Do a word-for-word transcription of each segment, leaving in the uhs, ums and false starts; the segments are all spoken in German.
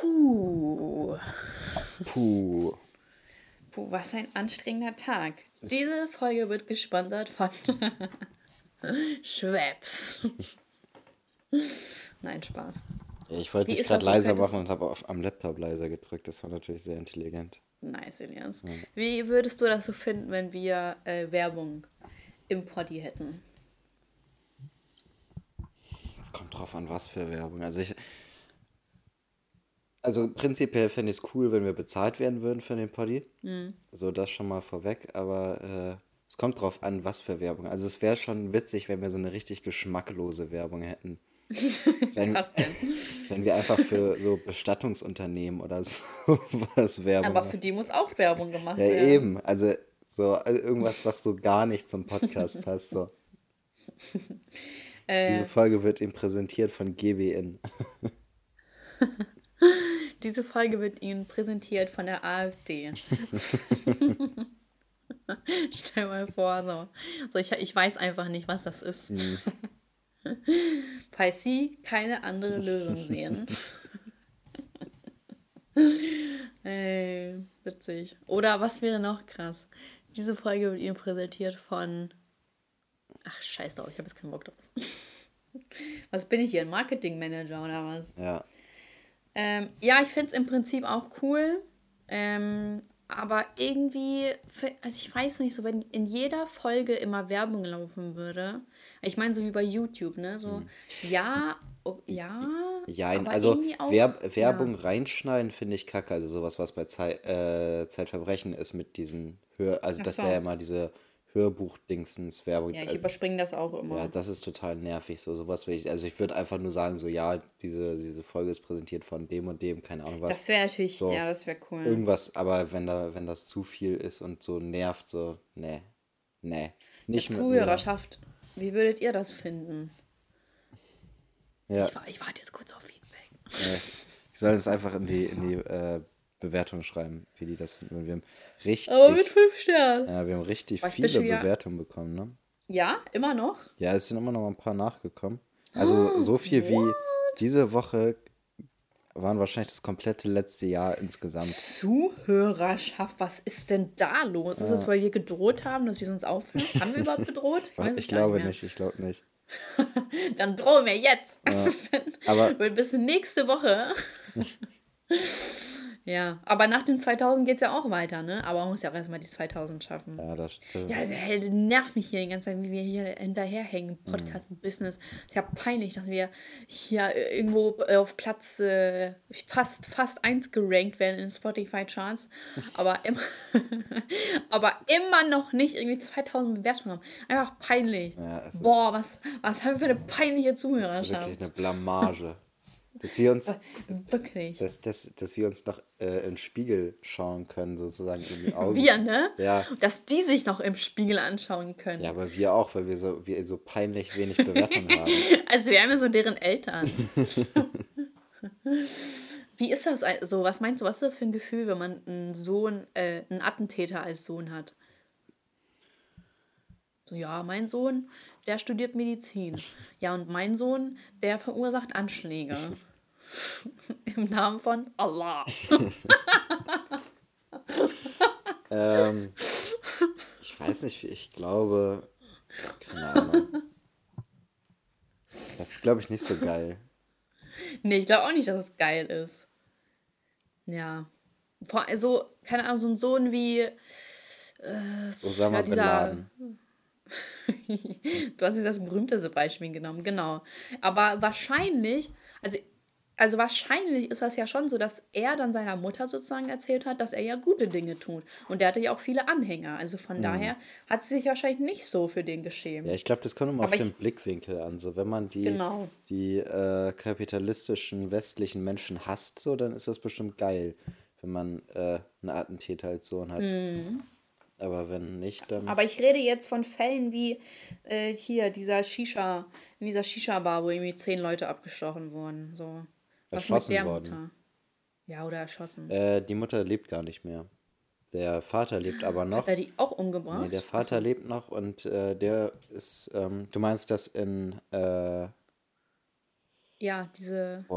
Puh. Puh. Puh, was ein anstrengender Tag. Diese Folge wird gesponsert von Schweppes. Nein, Spaß. Ja, ich wollte Wie dich ist gerade das? Du leiser könntest. machen und habe am Laptop leiser gedrückt. Das war natürlich sehr intelligent. Nice, Elias. Wie würdest du das so finden, wenn wir äh, Werbung im Poddy hätten? Kommt drauf an, was für Werbung. Also ich, also prinzipiell fände ich es cool, wenn wir bezahlt werden würden für den Poddy. So, das schon mal vorweg. Aber äh, es kommt drauf an, was für Werbung. Also es wäre schon witzig, wenn wir so eine richtig geschmacklose Werbung hätten. Wenn, Was denn? wenn wir einfach für so Bestattungsunternehmen oder sowas Werbung Aber für machen. die muss auch Werbung gemacht Ja, werden. eben. Also so also irgendwas, was so gar nicht zum Podcast passt. So. Diese Äh, Folge wird ihm präsentiert von G B N. diese Folge wird Ihnen präsentiert von der AfD. Stell mal vor, so. so ich, ich weiß einfach nicht, was das ist. Hm. Falls Sie keine andere Lösung sehen. Ey, witzig. Oder was wäre noch krass? Diese Folge wird Ihnen präsentiert von. Ach, scheiß drauf, ich habe jetzt keinen Bock drauf. Was bin ich hier? Ein Marketingmanager oder was? Ja. Ähm, ja, ich finde es im Prinzip auch cool. Ähm, aber irgendwie, also ich weiß nicht, so wenn in jeder Folge immer Werbung laufen würde. Ich meine, so wie bei YouTube, ne? So, ja, o- ja, Ja, aber also irgendwie auch, Werb ja. Werbung reinschneiden finde ich kacke. Also sowas, was bei Zei äh, Zeitverbrechen ist mit diesen Hör... Also Ach dass der ja so. immer diese Hörbuch-Dingsens Werbung... Ja, ich Also, überspringe das auch ja, immer. das ist total nervig. So sowas will ich... Also ich würde einfach nur sagen, so ja, diese, diese Folge ist präsentiert von dem und dem, keine Ahnung was. Das wäre natürlich, So ja, das wäre cool. irgendwas, aber wenn da, wenn das zu viel ist und so nervt, so, nee, nee, Ja, nicht mit mir. Zuhörerschaft, wie würdet ihr das finden? Ja, Ich, wa- ich warte jetzt kurz auf Feedback. nee. Ich soll es einfach in die, in die äh, Bewertung schreiben, wie die das finden. Und wir haben Aber mit richtig, fünf Sternen. ja, wir haben richtig Boah, ich bin viele schon wieder. Bewertungen bekommen, ne? Ja, immer noch? Ja, es sind immer noch ein paar nachgekommen. Also so viel wie What? diese Woche waren wahrscheinlich das komplette letzte Jahr insgesamt. Zuhörerschaft, was ist denn da los? Ist es, weil wir gedroht haben, dass wir uns aufhören? Haben wir überhaupt gedroht? Ich weiß es Ich gar nicht glaube mehr. nicht, ich glaube nicht. Dann drohen wir jetzt. Aber Weil bis nächste Woche. Ja, aber nach den zweitausend geht es ja auch weiter, ne? Aber man muss ja auch erstmal die zweitausend schaffen. ja, das, das Ja, hey, nervt mich hier die ganze Zeit, wie wir hier hinterherhängen. Podcast Business. Ist ja peinlich, dass wir hier irgendwo auf Platz äh, fast, fast eins gerankt werden in Spotify-Charts. Aber, immer, aber immer noch nicht irgendwie zweitausend Bewertungen haben. Einfach peinlich. ja, es ist Boah, was, was haben wir für eine peinliche Zuhörerschaft. wirklich eine Blamage. Dass wir uns, Wirklich. dass, dass, dass wir uns noch äh, in den Spiegel schauen können, sozusagen in die Augen. Wir, ne? Ja, Dass die sich noch im Spiegel anschauen können. ja, aber wir auch, weil wir so, wir so peinlich wenig Bewertung haben. Also wir haben ja so deren Eltern. Wie ist das so? Was meinst du, was ist das für ein Gefühl, wenn man einen Sohn, äh, einen Attentäter als Sohn hat? So, ja, mein Sohn, der studiert Medizin. Ja, und mein Sohn, der verursacht Anschläge. Im Namen von Allah. Ähm, ich weiß nicht, wie ich glaube, keine Ahnung. Das ist, glaube ich, nicht so geil. Nee, ich glaube auch nicht, dass es geil ist. Ja. Vor also, keine Ahnung, so ein Sohn wie Osama ja, Bin dieser. Laden. Du hast jetzt das berühmteste Beispiel genommen, genau. Aber wahrscheinlich, also, also wahrscheinlich ist das ja schon so, dass er dann seiner Mutter sozusagen erzählt hat, dass er ja gute Dinge tut. Und der hatte ja auch viele Anhänger. Also von daher hat sie sich wahrscheinlich nicht so für den Ja, geschämt. ich glaube, das kommt immer auf Aber den ich, Blickwinkel an. So, wenn man die, genau. die äh, kapitalistischen westlichen Menschen hasst, so, dann ist das bestimmt geil, wenn man äh, einen Attentäter als Sohn hat. Aber wenn nicht, dann. Aber ich rede jetzt von Fällen wie äh, hier, dieser Shisha, in dieser Shisha-Bar, wo irgendwie zehn Leute abgestochen wurden. So. Was mit Erschossen der worden. Mutter? Ja, oder erschossen. Äh, die Mutter lebt gar nicht mehr. Der Vater lebt aber Hat noch. er die auch Nee, umgebracht? der Vater Achso. lebt noch und äh, der ist, ähm, du meinst das in, äh, Ja, diese. boah,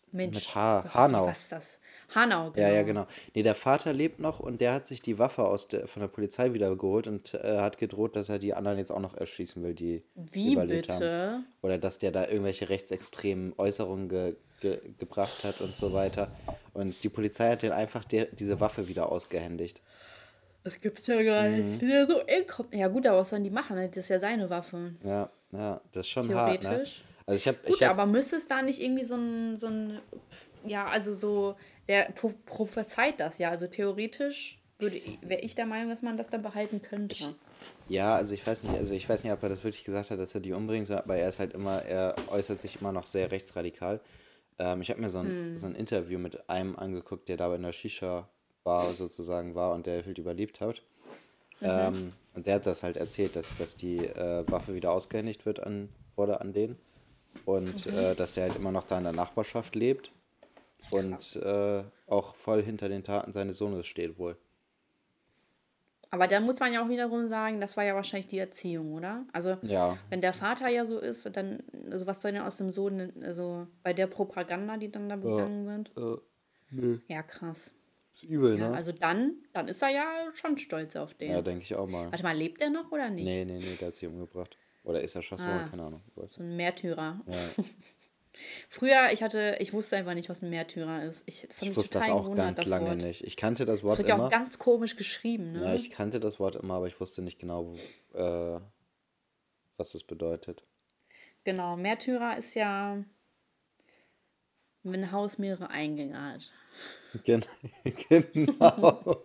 Mensch, Mit H. was, Hanau. was ist das? Hanau, Ja, ja, genau. genau. Nee, der Vater lebt noch und der hat sich die Waffe aus der, von der Polizei wieder geholt und äh, hat gedroht, dass er die anderen jetzt auch noch erschießen will, die Wie überlebt haben. bitte? Oder dass der da irgendwelche rechtsextremen Äußerungen ge, ge, gebracht hat und so weiter. Und die Polizei hat den einfach der, diese Waffe wieder ausgehändigt. Das gibt's ja gar nicht. Das ist ja so inkom. Ja gut, aber was sollen die machen? Ne? Das ist ja seine Waffe. Ja, ja, das ist schon hart, ne? Theoretisch. Also ich habe, ich Gut, habe, aber müsste es da nicht irgendwie so ein, so ein, ja, also so, der pro prophezeit das ja. Also theoretisch würde wäre ich der Meinung, dass man das dann behalten könnte. ja, also ich weiß nicht, also ich weiß nicht, ob er das wirklich gesagt hat, dass er die umbringen soll, aber er ist halt immer, er äußert sich immer noch sehr rechtsradikal. Ähm, ich habe mir so ein, so ein Interview mit einem angeguckt, der da in der Shisha-Bar sozusagen war und der halt überlebt hat. Ähm, und der hat das halt erzählt, dass, dass die äh, Waffe wieder ausgehändigt wird an, wurde an den. Und äh, dass der halt immer noch da in der Nachbarschaft lebt und äh, auch voll hinter den Taten seines Sohnes steht wohl. Aber da muss man ja auch wiederum sagen, das war ja wahrscheinlich die Erziehung, oder? Also, Ja, wenn der Vater ja so ist, dann, also was soll denn aus dem Sohn, also bei der Propaganda, die dann da ja, begangen wird? äh, nö. Ja, krass. Ist übel, Ja, ne? also dann, dann ist er ja schon stolz auf Ja, den. denke ich auch mal. Warte mal, lebt er noch oder nicht? Nee, nee, nee, der hat sich umgebracht. Oder ist erschossen worden, Ah, keine Ahnung. Ich weiß so nicht. ein Märtyrer. Ja. Früher, ich hatte, ich wusste einfach nicht, was ein Märtyrer ist. Ich, das hat Ich mich wusste das total auch gewundert, ganz das lange Wort. nicht. Ich kannte das Das Wort wird ja auch immer. ganz komisch geschrieben, Ja, ne? ich kannte das Wort immer, aber ich wusste nicht genau, wo, äh, was es bedeutet. Genau, Märtyrer ist ja, wenn ein Haus mehrere Eingänge hat. Gen genau.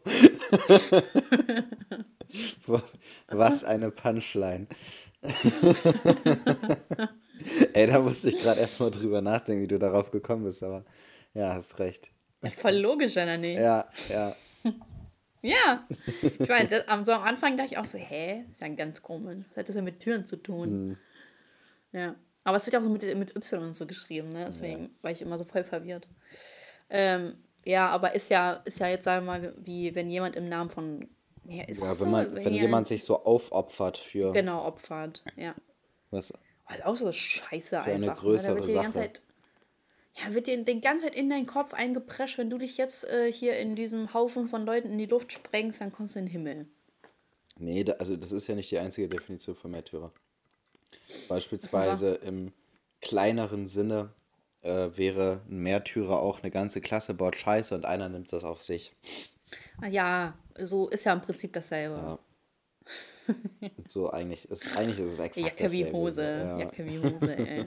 Was eine Punchline. Ey, da musste ich gerade erstmal drüber nachdenken, wie du darauf gekommen bist, aber ja, hast recht. Voll logisch, oder nicht? Ja, ja. Ja. Ich meine, das- am- so am Anfang dachte ich auch so, hä? Ist ja ganz komisch. Was hat das denn mit Türen zu tun? Hm, Ja. Aber es wird ja auch so mit, mit Y und so geschrieben, ne? ja. Deswegen war ich immer so voll verwirrt. Ähm, ja, aber ist ja, ist ja jetzt, sagen wir mal, wie wenn jemand im Namen von. Ja, ist Ja, es wenn so? man, Wenn wenn jemand jemand sich so aufopfert für genau opfert. Ja. was, Also auch so Scheiße für eine einfach, ne? Da größere wird dir die ganze Sache. Zeit. Ja, wird dir die ganze Zeit in deinen Kopf eingeprescht, wenn du dich jetzt äh, hier in diesem Haufen von Leuten in die Luft sprengst, dann kommst du in den Himmel. Nee, da, also das ist ja nicht die einzige Definition von Märtyrer. Was denn da? Beispielsweise im kleineren Sinne äh, wäre ein Märtyrer auch eine ganze Klasse baut Scheiße und einer nimmt das auf sich. Ah, ja, so ist ja im Prinzip dasselbe. Ja, und so eigentlich ist, eigentlich ist es exakt Jacke wie dasselbe. So. Hose, Ja. Jacke wie Hose, ey.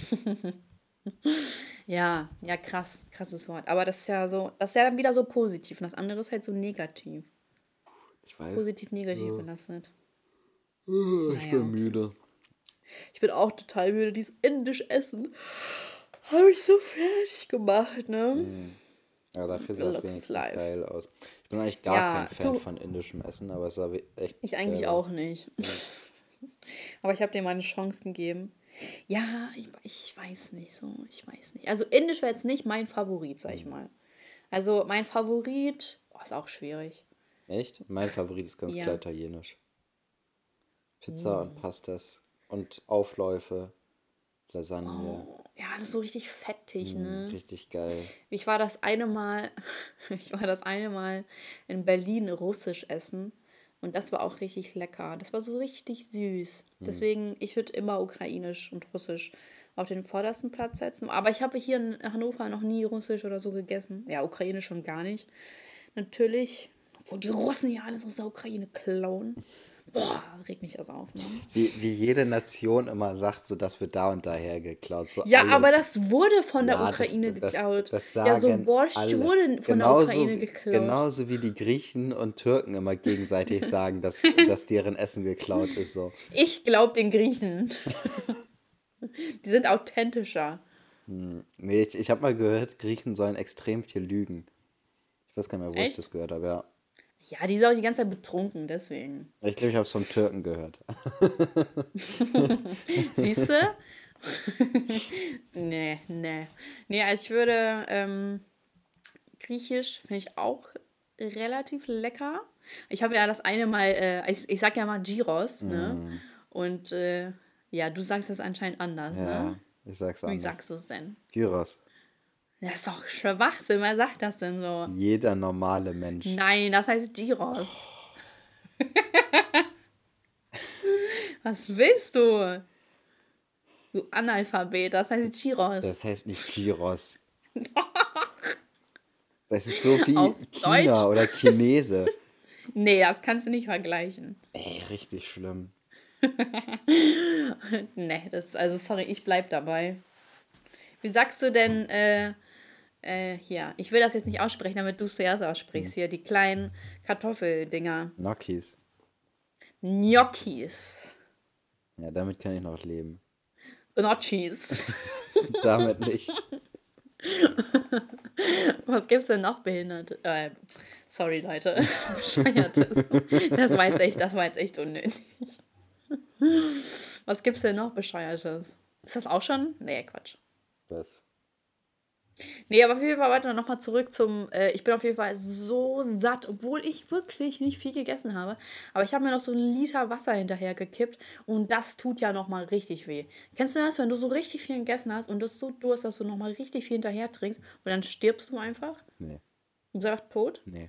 Ja, ja, krass, krasses Wort. Aber das ist ja so, das ist ja dann wieder so positiv und das andere ist halt so negativ. Ich weiß, Positiv, negativ belastet. ich Naja, bin okay. müde. Ich bin auch total müde, dieses indisch Essen. Habe ich so fertig gemacht, ne? Ja, dafür sah es Lotus wenigstens live. geil aus. Ich bin eigentlich gar kein Ja, Fan tu, von indischem Essen, aber es sah we- echt ich geil eigentlich auch aus. nicht. Aber ich habe dir mal eine Chance gegeben. Ja, ich, ich weiß nicht so, ich weiß nicht. Also indisch wäre jetzt nicht mein Favorit, sag ich mal. Also mein Favorit, oh, ist auch schwierig. Echt? Mein Favorit ist ganz klar Ja. italienisch. Pizza und Pastas und Aufläufe, Lasagne. Oh, ja, das ist so richtig fettig, Mm, ne? richtig geil. Ich war das eine Mal, ich war das eine Mal in Berlin russisch essen und das war auch richtig lecker. Das war so richtig süß. Deswegen, ich würde immer ukrainisch und russisch auf den vordersten Platz setzen. Aber ich habe hier in Hannover noch nie russisch oder so gegessen. Ja, ukrainisch schon gar nicht. Natürlich, obwohl die Russen ja alles aus der Ukraine klauen. Boah, regt mich das auf, ne? Wie, wie jede Nation immer sagt, so das wird da und daher geklaut, so Ja, aber alles. das wurde von der Ja, das, Ukraine das, geklaut. das Ja, so sagen Borscht alle. wurde von der Genauso Ukraine wie, geklaut. genauso wie die Griechen und Türken immer gegenseitig sagen, dass, dass deren Essen geklaut ist. So. Ich glaube den Griechen. Die sind authentischer. Nee, ich, ich habe mal gehört, Griechen sollen extrem viel lügen. Ich weiß gar nicht mehr, wo ich Echt? das gehört habe, ja. Ja, die sind auch die ganze Zeit betrunken, deswegen. Ich glaube, ich habe es vom Türken gehört. Siehst du? Nee, nee. Nee, also ich würde, ähm, Griechisch finde ich auch relativ lecker. Ich habe ja das eine Mal, äh, ich, ich sag ja mal Gyros, ne? Und äh, ja, du sagst das anscheinend anders, Ja, ne? ich sag's Wie anders. sagst du es denn? Gyros. Das ist doch Schwachsinn, wer sagt das denn so? Jeder normale Mensch. Nein, das heißt Gyros. Was willst du? Du Analphabet, das heißt Gyros. Das heißt nicht Gyros. Das ist so wie Auf China Deutsch? oder Chinese. Nee, das kannst du nicht vergleichen. Ey, richtig schlimm. Nee, das, also sorry, ich bleib dabei. Wie sagst du denn, äh, äh, hier, ich will das jetzt nicht aussprechen, damit du es zuerst aussprichst, hier, die kleinen Kartoffeldinger. Gnocchis. Gnocchis. Ja, damit kann ich noch leben. Gnocchis. Damit nicht. Was gibt's denn noch behindert? Äh, sorry, Leute. Bescheuertes. Das war jetzt echt, das war jetzt echt unnötig. Was gibt's denn noch Bescheuertes? Ist das auch schon? Nee, Quatsch. Das. Nee, aber auf jeden Fall weiter nochmal zurück zum, äh, ich bin auf jeden Fall so satt, obwohl ich wirklich nicht viel gegessen habe. Aber ich habe mir noch so einen Liter Wasser hinterher gekippt und das tut ja nochmal richtig weh. Kennst du das, wenn du so richtig viel gegessen hast und du so Durst, dass du nochmal richtig viel hinterher trinkst und dann stirbst du einfach? Nee. Du bist einfach tot? Nee.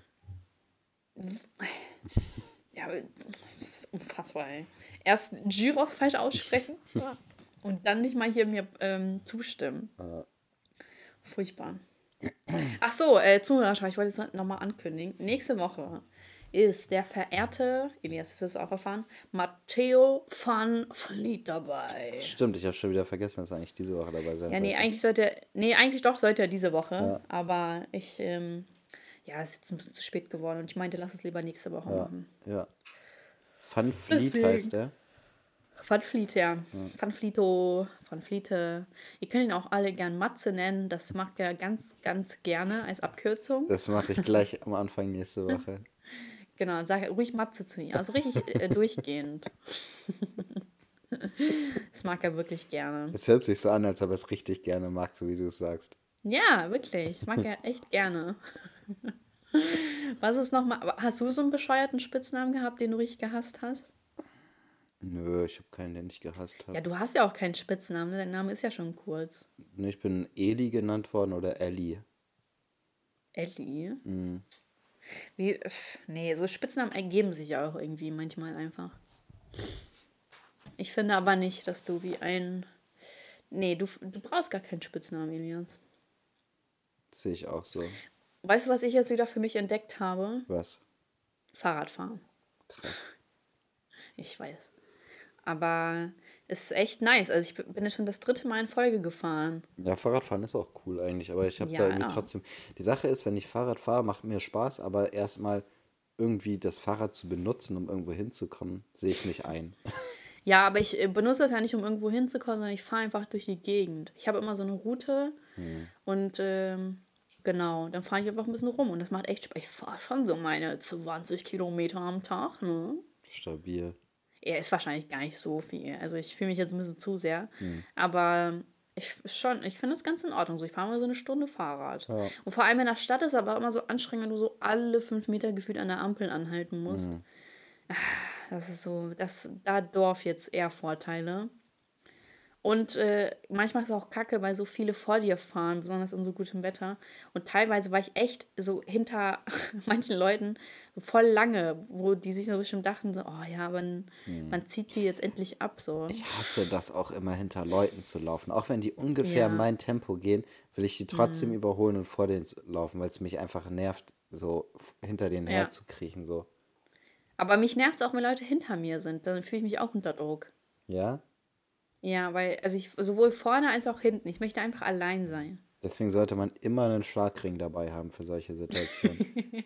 Ja, das ist unfassbar, ey. Erst Gyros falsch aussprechen und dann nicht mal hier mir ähm, zustimmen. Äh, Furchtbar. Ach so, äh, Zuhörerschaft, ich wollte jetzt nochmal ankündigen. Nächste Woche ist der verehrte, Elias, das wirst du auch erfahren, Matteo van Vliet dabei. stimmt, ich habe schon wieder vergessen, dass er eigentlich diese Woche dabei sein Ja, nee, sollte. eigentlich sollte, nee, eigentlich doch sollte er diese Woche, Ja. aber ich, ähm, ja, es ist jetzt ein bisschen zu spät geworden und ich meinte, lass es lieber nächste Woche Ja, machen. ja. Van Vliet Deswegen. heißt der. Van Vliet, ja. Van Vlieto, Van Vliete. Ihr könnt ihn auch alle gern Matze nennen. Das mag er ganz, ganz gerne als Abkürzung. Das mache ich gleich am Anfang nächste Woche. Genau, sag ruhig Matze zu ihm. Also richtig äh, durchgehend. Das mag er wirklich gerne. Es hört sich so an, als ob er es richtig gerne mag, so wie du es sagst. Ja, wirklich. Das mag er echt gerne. Was ist nochmal. Hast du so einen bescheuerten Spitznamen gehabt, den du richtig gehasst hast? Nö, ich habe keinen, den ich gehasst Ja, habe. du hast ja auch keinen Spitznamen, ne? Dein Name ist ja schon kurz. Nee, ich bin Eli genannt worden oder Ellie. Ellie? Mhm. Wie, pf, nee, so Spitznamen ergeben sich ja auch irgendwie manchmal einfach. Ich finde aber nicht, dass du wie ein. Nee, du, du brauchst gar keinen Spitznamen, Elias. Sehe ich auch so. Weißt du, was ich jetzt wieder für mich entdeckt habe? Was? Fahrradfahren. Krass. Ich weiß. Aber es ist echt nice. Also ich bin jetzt schon das dritte Mal in Folge gefahren. Ja, Fahrradfahren ist auch cool eigentlich, aber ich habe da Ja, irgendwie ja. trotzdem. Die Sache ist, wenn ich Fahrrad fahre, macht mir Spaß, aber erstmal irgendwie das Fahrrad zu benutzen, um irgendwo hinzukommen, sehe ich nicht ein. Ja, aber ich äh, benutze das ja nicht, um irgendwo hinzukommen, sondern ich fahre einfach durch die Gegend. Ich habe immer so eine Route und ähm, genau, dann fahre ich einfach ein bisschen rum und das macht echt Spaß. Ich fahre schon so meine zwanzig Kilometer am Tag, ne? Stabil. Ja, ist wahrscheinlich gar nicht so viel. Also ich fühle mich jetzt ein bisschen zu sehr. Aber ich schon, ich finde das ganz in Ordnung. So, ich fahre mal so eine Stunde Fahrrad. Ja. Und vor allem in der Stadt ist aber immer so anstrengend, wenn du so alle fünf Meter gefühlt an der Ampel anhalten musst. Ah, das ist so, das, da hat Dorf jetzt eher Vorteile. Und äh, manchmal ist es auch kacke, weil so viele vor dir fahren, besonders in so gutem Wetter. Und teilweise war ich echt so hinter manchen Leuten so voll lange, wo die sich so bestimmt dachten, so, oh ja, wann, wann zieht die jetzt endlich ab? So. Ich hasse das auch immer, hinter Leuten zu laufen. Auch wenn die ungefähr Ja. mein Tempo gehen, will ich die trotzdem überholen und vor denen laufen, weil es mich einfach nervt, so f- hinter denen Ja. herzukriechen. So. Aber mich nervt es auch, wenn Leute hinter mir sind. Dann fühle ich mich auch unter Druck. Ja? Ja, weil, also ich sowohl vorne als auch hinten. Ich möchte einfach allein sein. Deswegen sollte man immer einen Schlagring dabei haben für solche Situationen.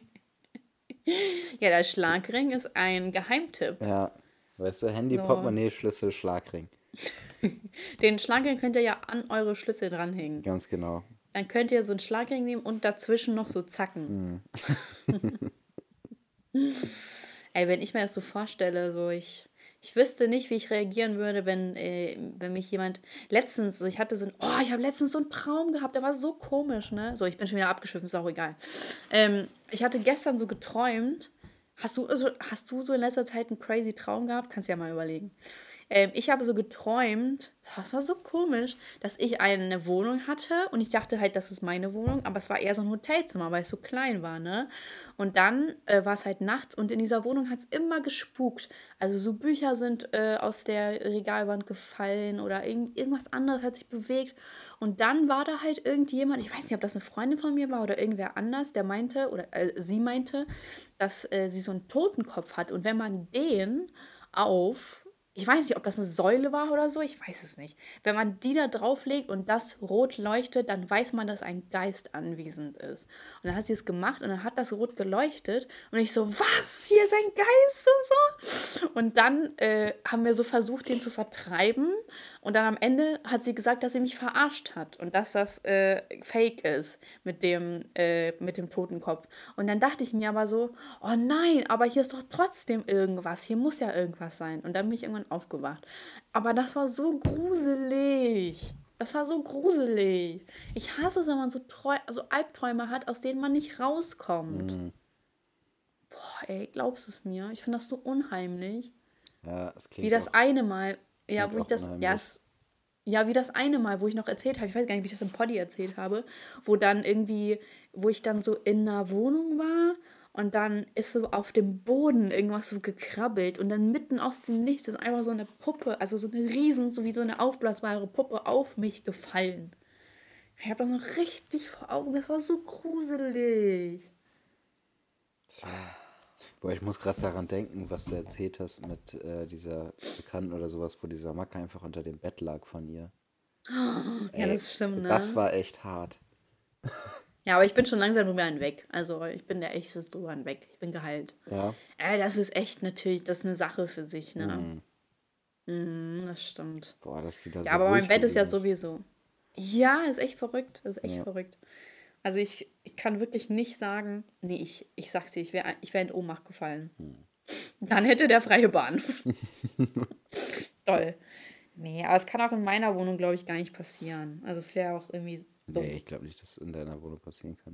Ja, der Schlagring ist ein Geheimtipp. Ja. Weißt du, Handy, So. Portemonnaie, Schlüssel, Schlagring. Den Schlagring könnt ihr ja an eure Schlüssel dranhängen. Ganz genau. Dann könnt ihr so einen Schlagring nehmen und dazwischen noch so Zacken. Ey, wenn ich mir das so vorstelle, so ich, ich wüsste nicht, wie ich reagieren würde, wenn, äh, wenn mich jemand letztens, so ich hatte so ein, oh, ich habe letztens so einen Traum gehabt, der war so komisch, ne? So, ich bin schon wieder abgeschwiffen, ist auch egal. Ähm, ich hatte gestern so geträumt. Hast du, also, hast du so in letzter Zeit einen crazy Traum gehabt? Kannst ja mal überlegen. Ähm, ich habe so geträumt, das war so komisch, dass ich eine Wohnung hatte und ich dachte halt, das ist meine Wohnung, aber es war eher so ein Hotelzimmer, weil es so klein war, ne? Und dann äh, war es halt nachts und in dieser Wohnung hat es immer gespukt. Also so Bücher sind äh, aus der Regalwand gefallen oder irgend, irgendwas anderes hat sich bewegt. Und dann war da halt irgendjemand, ich weiß nicht, ob das eine Freundin von mir war oder irgendwer anders, der meinte, oder äh, sie meinte, dass äh, sie so einen Totenkopf hat. Und wenn man den auf, ich weiß nicht, ob das eine Säule war oder so, ich weiß es nicht. Wenn man die da drauflegt und das rot leuchtet, dann weiß man, dass ein Geist anwesend ist. Und dann hat sie es gemacht und dann hat das rot geleuchtet und ich so, was? Hier ist ein Geist und so. Und dann äh, haben wir so versucht, den zu vertreiben. Und dann am Ende hat sie gesagt, dass sie mich verarscht hat und dass das äh, fake ist mit dem, äh, mit dem Totenkopf. Und dann dachte ich mir aber so, oh nein, aber hier ist doch trotzdem irgendwas. Hier muss ja irgendwas sein. Und dann bin ich irgendwann aufgewacht. Aber das war so gruselig. Das war so gruselig. Ich hasse es, wenn man so, Treu so Albträume hat, aus denen man nicht rauskommt. Mhm. Boah, ey, glaubst du es mir? Ich finde das so unheimlich. Ja, es Wie klingt das auch, eine Mal, ja, klingt wo ich auch das, ja, unheimlich. es, ja, wie das eine Mal, wo ich noch erzählt habe, ich weiß gar nicht, wie ich das im Poddy erzählt habe, wo dann irgendwie, wo ich dann so in einer Wohnung war und dann ist so auf dem Boden irgendwas so gekrabbelt und dann mitten aus dem Nichts ist einfach so eine Puppe, also so eine riesen, so wie so eine aufblasbare Puppe auf mich gefallen. Ich habe das noch richtig vor Augen, das war so gruselig. Boah, ich muss gerade daran denken, was du erzählt hast mit äh, dieser Bekannten oder sowas, wo dieser Macke einfach unter dem Bett lag von ihr. Ja, das Ey, ist schlimm, das ne? war echt hart. Ja, aber ich bin schon langsam drüber hinweg. Also ich bin da echt drüber hinweg. Ich bin geheilt. Ja. Äh, das ist echt natürlich, das ist eine Sache für sich, ne? Mhm. Mhm, das stimmt. Boah, dass die da Ja, so aber mein ruhig Bett ist ja geblieben ist. sowieso. Ja, ist echt verrückt. Ist echt Ja. verrückt. Also ich, ich kann wirklich nicht sagen, nee, ich, ich sag's dir, ich wäre ich wär in Ohnmacht gefallen. Dann hätte der freie Bahn. Toll. Nee, aber es kann auch in meiner Wohnung, glaube ich, gar nicht passieren. Also es wäre auch irgendwie Nee, dumm. ich glaube nicht, dass es in deiner Wohnung passieren kann.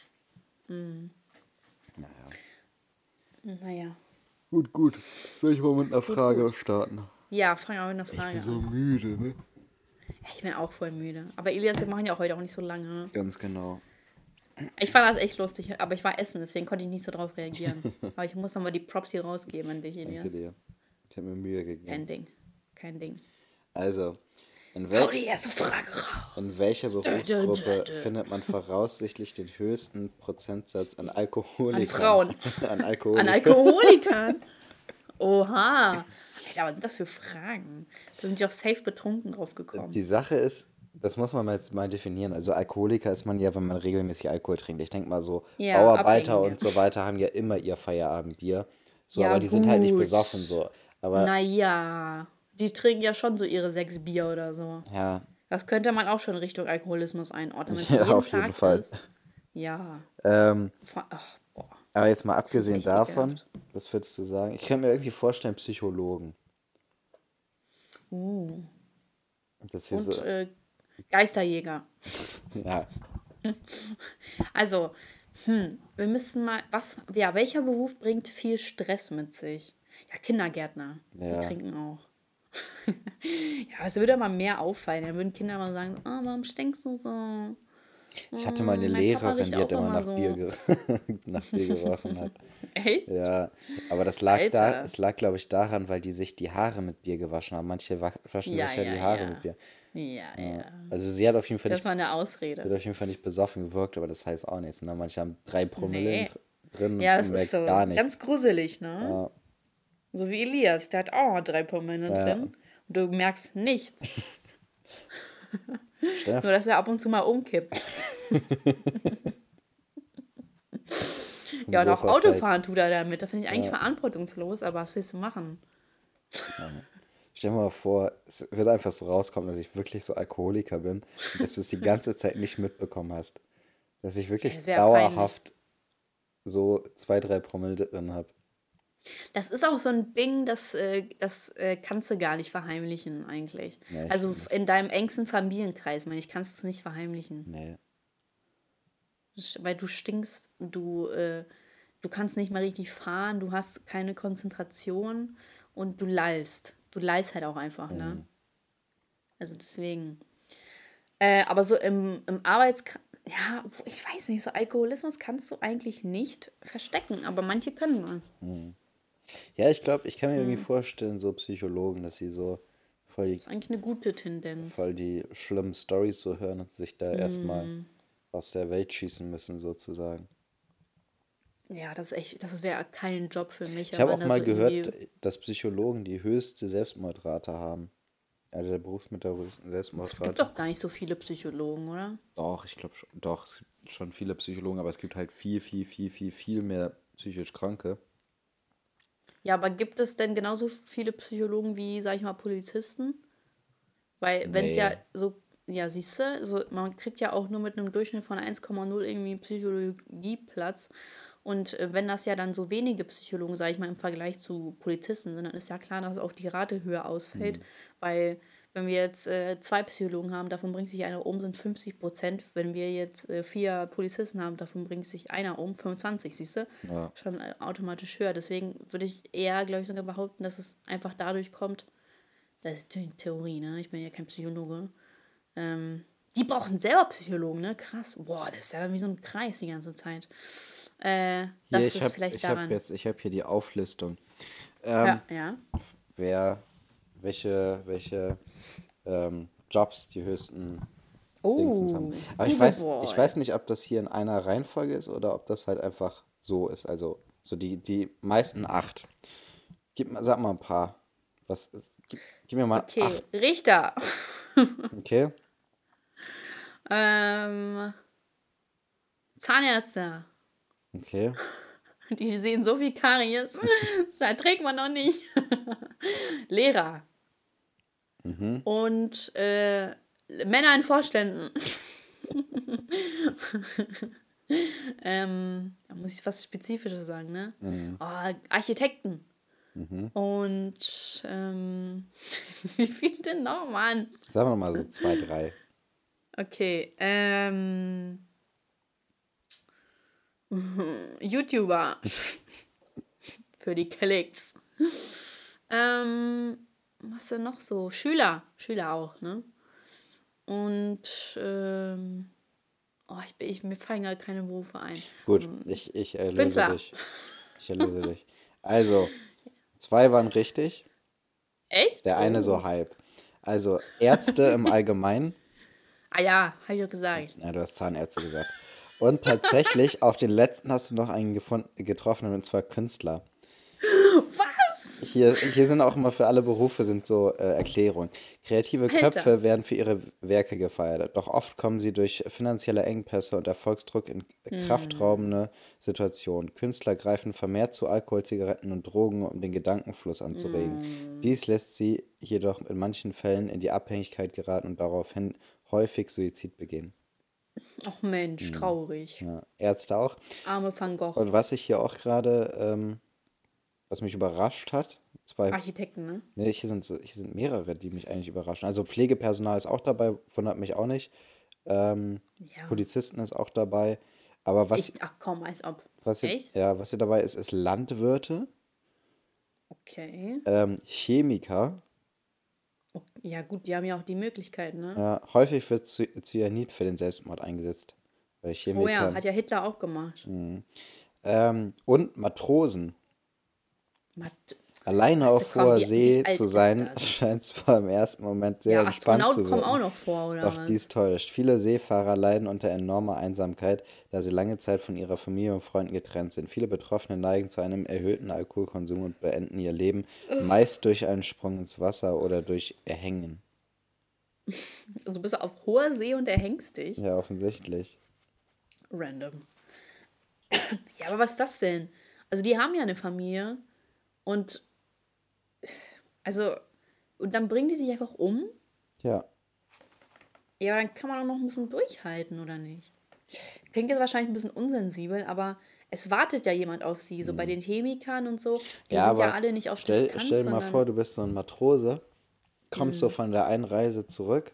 Naja. Naja, Gut, gut. Soll ich mal mit einer gut, Frage gut. starten? Ja, fang auch eine Ich bin Frage so an. müde, ne? Ja, ich bin auch voll müde. Aber Elias, wir machen ja auch heute auch nicht so lange. Ganz genau. Ich fand das echt lustig, aber ich war essen, deswegen konnte ich nicht so drauf reagieren. Aber ich muss nochmal die Props hier rausgeben an dich, Danke Elias. dir. Ich habe mir Mühe gegeben. Kein Ding. Kein Ding. Also, in, Hau wel die erste Frage in welcher raus. Dö, dö, dö, Berufsgruppe dö. findet man voraussichtlich den höchsten Prozentsatz an An Alkoholikern? Frauen. an An Alkoholikern. Alkoholikern. Oha. Alter, was sind das für Fragen? Da sind die auch safe betrunken drauf gekommen. Die Sache ist, das muss man jetzt mal definieren. Also Alkoholiker ist man ja, wenn man regelmäßig Alkohol trinkt. Ich denke mal so, Ja, Bauarbeiter Abhängige. und so weiter haben ja immer ihr Feierabendbier. So, Ja, aber die sind halt nicht gut. besoffen so. Aber Naja, die trinken ja schon so ihre sechs Bier oder so. ja, Das könnte man auch schon Richtung Alkoholismus einordnen, wenn es ja, jeden auf jeden Tag Fall. ist. Ja. Ähm, Vor- Ach, boah, aber jetzt mal finde ich abgesehen echt davon, ekelhaft. was würdest du sagen? Ich kann mir irgendwie vorstellen, Psychologen. Uh. Das hier Und so, äh, Geisterjäger. ja, Also, hm, wir müssen mal, was, ja, welcher Beruf bringt viel Stress mit sich? Ja, Kindergärtner. Die ja. trinken auch. Ja, es würde mal mehr auffallen. Dann würden Kinder mal sagen, ah, warum stinkst du so? Ich hatte mal eine Hm, mein Papa Lehrerin, riecht die hat auch immer immer nach Bier, so. ge nach Bier gerochen hat. Echt? Ja, aber das lag da, Alter. es lag, glaube ich, daran, weil die sich die Haare mit Bier gewaschen haben. Manche wa- waschen Ja, sich ja ja, die Haare mit ja. Bier. Ja, Ja. ja. Also sie hat auf jeden Fall Das nicht, war eine sie hat Ausrede. auf jeden Fall nicht besoffen gewirkt, aber das heißt auch nichts. Ne? Manche haben drei Promille in- Nee. drin und Ja, man das ist merkt so gar nichts. ganz gruselig, ne? Ja, So wie Elias, der hat auch drei Promille ja. drin. Und du merkst nichts. Stell dir Nur, dass er ab und zu mal umkippt. vom Ja, und auch Sofa fällt. Autofahren tut er damit. Das finde ich eigentlich Ja. verantwortungslos, aber was willst du machen? Stell dir mal vor, es wird einfach so rauskommen, dass ich wirklich so Alkoholiker bin und dass du es die ganze Zeit nicht mitbekommen hast. Dass ich Ja, wirklich das wäre peinlich. dauerhaft so zwei, drei Promille drin habe. Das ist auch so ein Ding, das, äh, das äh, kannst du gar nicht verheimlichen, eigentlich. Nee, Also stimmt nicht. in deinem engsten Familienkreis, meine ich, kannst du es nicht verheimlichen. Nee. Weil du stinkst, du, äh, du kannst nicht mal richtig fahren, du hast keine Konzentration und du lallst. du leidest halt auch einfach, ne? Also deswegen. Äh, aber so im, im Arbeits... Ja, ich weiß nicht, so Alkoholismus kannst du eigentlich nicht verstecken, aber manche können was. Ja, ich glaube, ich kann mir irgendwie vorstellen, so Psychologen, dass sie so voll die, Das ist eigentlich eine gute Tendenz. voll die schlimmen Storys so hören und sich da erstmal aus der Welt schießen müssen, sozusagen. Ja, das ist echt, das wäre kein Job für mich, Ich habe aber auch wenn das mal so gehört, irgendwie. dass Psychologen die höchste Selbstmordrate haben. Also der Beruf mit der höchsten Es gibt Selbstmordrate. doch gar nicht so viele Psychologen, oder? Doch, ich glaube schon, doch, es gibt schon viele Psychologen, aber es gibt halt viel, viel, viel, viel, viel mehr psychisch Kranke. Ja, aber gibt es denn genauso viele Psychologen wie, sag ich mal, Polizisten? Weil, wenn es ja Nee. so, ja, siehst du, so, man kriegt ja auch nur mit einem Durchschnitt von eins Komma null irgendwie Psychologieplatz. Und äh, wenn das ja dann so wenige Psychologen, sage ich mal, im Vergleich zu Polizisten sind, dann ist ja klar, dass auch die Rate höher ausfällt. Weil, wenn wir jetzt äh, zwei Psychologen haben, davon bringt sich einer um, sind fünfzig Prozent. Wenn wir jetzt äh, vier Polizisten haben, davon bringt sich einer um, fünfundzwanzig, siehst du? Ja. Schon äh, automatisch höher. Deswegen würde ich eher, glaube ich, sogar behaupten, dass es einfach dadurch kommt, das ist die Theorie, ne? Ich bin ja kein Psychologe. Ähm, die brauchen selber Psychologen, ne? Krass. Boah, das ist ja wie so ein Kreis die ganze Zeit. Äh, Hier, das ich ist habe vielleicht ich hab daran. jetzt, ich habe hier die Auflistung. Ja, Ähm, ja. wer, welche, welche ähm, Jobs die höchsten Dingsens haben. Oh, Aber ich Google weiß, ich Boy. weiß nicht, ob das hier in einer Reihenfolge ist oder ob das halt einfach so ist. Also so die, die meisten acht. Gib mal, sag mal ein paar. Was ist, gib, gib mir mal acht, Okay, Richter. okay? ähm, Zahnärzte. Okay. Die sehen so viel Karies. Das trägt man noch nicht. Lehrer. Und äh, Männer in Vorständen. ähm, da muss ich was Spezifisches sagen, ne? Oh, Architekten. Und ähm, wie viel denn noch, Mann? Sagen wir mal so zwei, drei. Okay, ähm, YouTuber für die Klicks. Ähm, was denn noch so? Schüler, Schüler auch, ne? Und ähm, oh, ich, bin- ich, mir fallen gerade keine Berufe ein. Gut, ich, ich erlöse Künstler. dich. Ich erlöse dich. Also, zwei waren richtig, Echt? der eine Oh. so halb. Also, Ärzte im Allgemeinen. Ah ja, habe ich doch gesagt. Ja, du hast Zahnärzte gesagt. Und tatsächlich, auf den letzten hast du noch einen gefunden, getroffen, und zwar Künstler. Was? Hier, hier sind auch immer für alle Berufe sind so äh, Erklärungen. Kreative Alter. Köpfe werden für ihre Werke gefeiert, doch oft kommen sie durch finanzielle Engpässe und Erfolgsdruck in kraftraubende Situationen. Künstler greifen vermehrt zu Alkohol, Zigaretten und Drogen, um den Gedankenfluss anzuregen. Dies lässt sie jedoch in manchen Fällen in die Abhängigkeit geraten und daraufhin häufig Suizid begehen. Ach Mensch, traurig. Ja, Ärzte auch. Arme Van Gogh. Und was ich hier auch gerade, ähm, was mich überrascht hat, zwei, Architekten, ne? ne, hier sind, so- hier sind mehrere, die mich eigentlich überraschen. Also Pflegepersonal ist auch dabei, wundert mich auch nicht. Ähm, Ja. Polizisten ist auch dabei. Aber was, Ich, ach komm, als ob. was, hier, Echt? ja, was hier dabei ist, ist Landwirte, Okay. ähm, Chemiker. Ok- Ja gut, die haben ja auch die Möglichkeit, ne? Ja, häufig wird Cy- Cyanid für den Selbstmord eingesetzt. Bei Oh ja, Chemikern. hat ja Hitler auch gemacht. Ähm, und Matrosen. Mat Alleine weißt du, auf komm, hoher wie, wie See alt zu ist sein, das? scheint zwar im ersten Moment sehr Ja, entspannt Astronauten zu kommen auch wirken. noch vor, oder Doch was? dies täuscht. Viele Seefahrer leiden unter enormer Einsamkeit, da sie lange Zeit von ihrer Familie und Freunden getrennt sind. Viele Betroffene neigen zu einem erhöhten Alkoholkonsum und beenden ihr Leben meist durch einen Sprung ins Wasser oder durch Erhängen. Also bist du auf hoher See und erhängst dich? Ja, offensichtlich. Random. Ja, aber was ist das denn? Also die haben ja eine Familie und also und dann bringen die sich einfach um? Ja. Ja, aber dann kann man auch noch ein bisschen durchhalten, oder nicht? Klingt jetzt wahrscheinlich ein bisschen unsensibel, aber es wartet ja jemand auf sie. So bei den Chemikern und so, die Ja, sind ja aber alle nicht auf stell, Distanz, stell dir mal vor, sondern du bist so ein Matrose, kommst so von der einen Reise zurück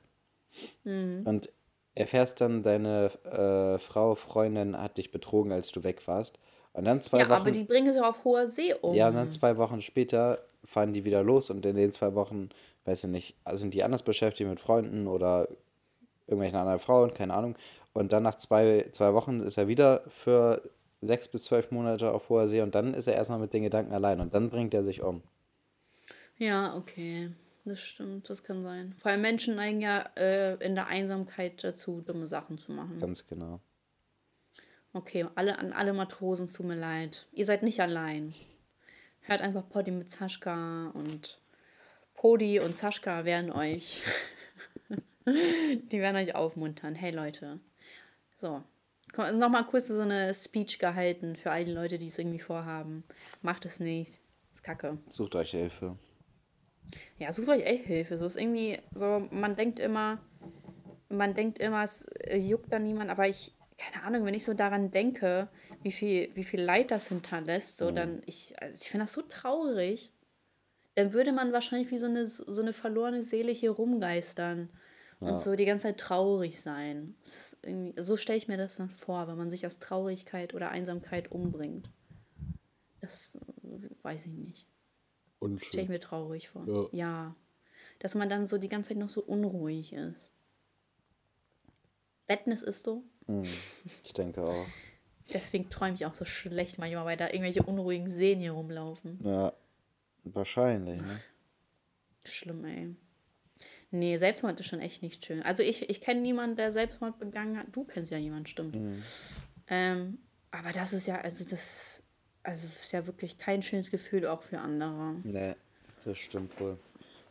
und erfährst dann, deine äh, Frau, Freundin hat dich betrogen, als du weg warst. Und dann zwei ja, aber Wochen, die bringen sich auch auf hoher See ja, und dann um. zwei Wochen später fahren die wieder los und in den zwei Wochen, weiß ich nicht, sind die anders beschäftigt mit Freunden oder irgendwelchen anderen Frauen, keine Ahnung. Und dann nach zwei, zwei Wochen ist er wieder für sechs bis zwölf Monate auf hoher See und dann ist er erstmal mit den Gedanken allein und dann bringt er sich um. Ja, okay. Das stimmt, das kann sein. Vor allem Menschen neigen ja äh, in der Einsamkeit dazu, dumme Sachen zu machen. Ganz genau. Okay, alle, an alle Matrosen, es tut mir leid. Ihr seid nicht allein. Hört einfach Poddy mit Saschka und Podi und Saschka werden euch, die werden euch aufmuntern. Hey Leute. So, nochmal kurz so eine Speech gehalten für all die Leute, die es irgendwie vorhaben. Macht es nicht. Ist kacke. Sucht euch Hilfe. Ja, sucht euch echt Hilfe. So ist irgendwie so, man denkt immer, man denkt immer, es äh, juckt da niemand, aber ich, keine Ahnung, wenn ich so daran denke, wie viel, wie viel Leid das hinterlässt, so dann, ich, also ich finde das so traurig, dann würde man wahrscheinlich wie so eine, so eine verlorene Seele hier rumgeistern und Ja. so die ganze Zeit traurig sein. Das ist irgendwie, so stelle ich mir das dann vor, wenn man sich aus Traurigkeit oder Einsamkeit umbringt. Das äh, weiß ich nicht. Stelle ich Unschön. mir traurig vor. Ja. Ja. Dass man dann so die ganze Zeit noch so unruhig ist. Wetten, es ist so. Hm, ich denke auch. Deswegen träume ich auch so schlecht manchmal, weil da irgendwelche unruhigen Seen hier rumlaufen. Ja, wahrscheinlich, ne? Schlimm, ey. Nee, Selbstmord ist schon echt nicht schön. Also ich, ich kenne niemanden, der Selbstmord begangen hat. Du kennst ja jemanden, stimmt. Mhm. Ähm, aber das ist ja, also das, also ist ja wirklich kein schönes Gefühl auch für andere. Nee, das stimmt wohl.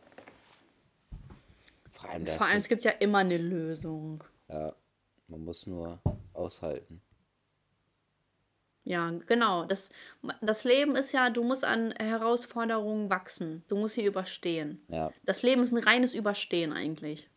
Vor allem das. Vor allem, es gibt ja immer eine Lösung. Ja, man muss nur aushalten. Ja, genau. Das, das Leben ist ja, du musst an Herausforderungen wachsen. Du musst sie überstehen. Ja, Das Leben ist ein reines Überstehen eigentlich.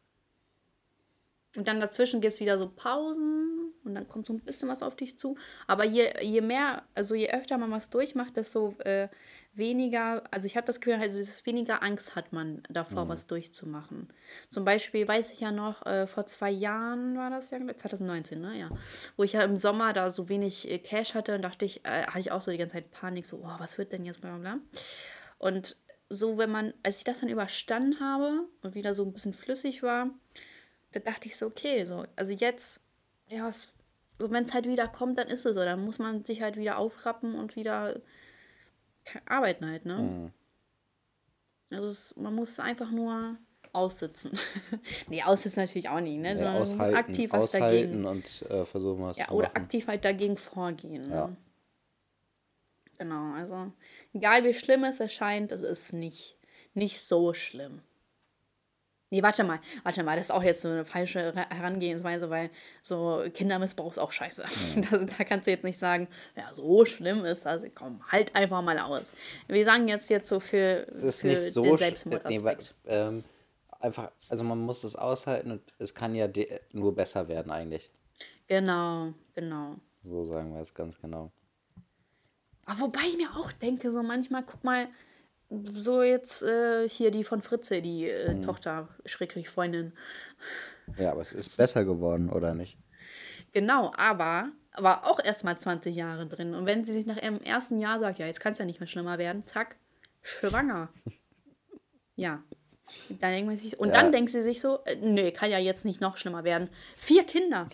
Und dann dazwischen gibt es wieder so Pausen und dann kommt so ein bisschen was auf dich zu. Aber je, je mehr, also je öfter man was durchmacht, desto äh, weniger, also ich habe das Gefühl, also desto weniger Angst hat man davor, was durchzumachen. Zum Beispiel weiß ich ja noch, äh, vor zwei Jahren war das ja, zwanzig neunzehn, ne? Ja. Wo ich ja im Sommer da so wenig äh, Cash hatte und dachte ich, äh, hatte ich auch so die ganze Zeit Panik, so, oh, was wird denn jetzt, bla bla bla. Und so, wenn man, als ich das dann überstanden habe und wieder so ein bisschen flüssig war, da dachte ich so, okay, so, also jetzt, ja, was, so wenn es halt wieder kommt, dann ist es so. Dann muss man sich halt wieder aufrappen und wieder ke- arbeiten halt, ne? Mhm. Also es, man muss es einfach nur aussitzen. Nee, aussitzen natürlich auch nicht, ne? Ja, Sondern man muss aushalten, aktiv was aushalten dagegen. und äh, versuchen, was Ja, zu oder machen. aktiv halt dagegen vorgehen, ne? Ja. Genau, also egal wie schlimm es erscheint, es ist nicht, nicht so schlimm. Nee, warte mal, warte mal, das ist auch jetzt so eine falsche Her- Herangehensweise, weil so Kindermissbrauch ist auch scheiße. Da, da kannst du jetzt nicht sagen, ja, so schlimm ist das, komm, halt einfach mal aus. Wir sagen jetzt jetzt so für, Es ist für nicht so den sch- äh, nee, wa- Selbstmordaspekt. ähm, einfach, also man muss es aushalten und es kann ja de- nur besser werden eigentlich. Genau, genau. So sagen wir es ganz genau. Aber wobei ich mir auch denke, so manchmal, guck mal, so jetzt äh, hier die von Fritze, die äh, Tochter, schrägstrich Freundin. Ja, aber es ist besser geworden, oder nicht? Genau, aber war auch erst mal zwanzig Jahre drin. Und wenn sie sich nach ihrem ersten Jahr sagt, ja, jetzt kann es ja nicht mehr schlimmer werden, zack, schwanger. Ja. Dann denkt man sich, und Ja. dann denkt sie sich so, äh, nee, kann ja jetzt nicht noch schlimmer werden. Vier Kinder.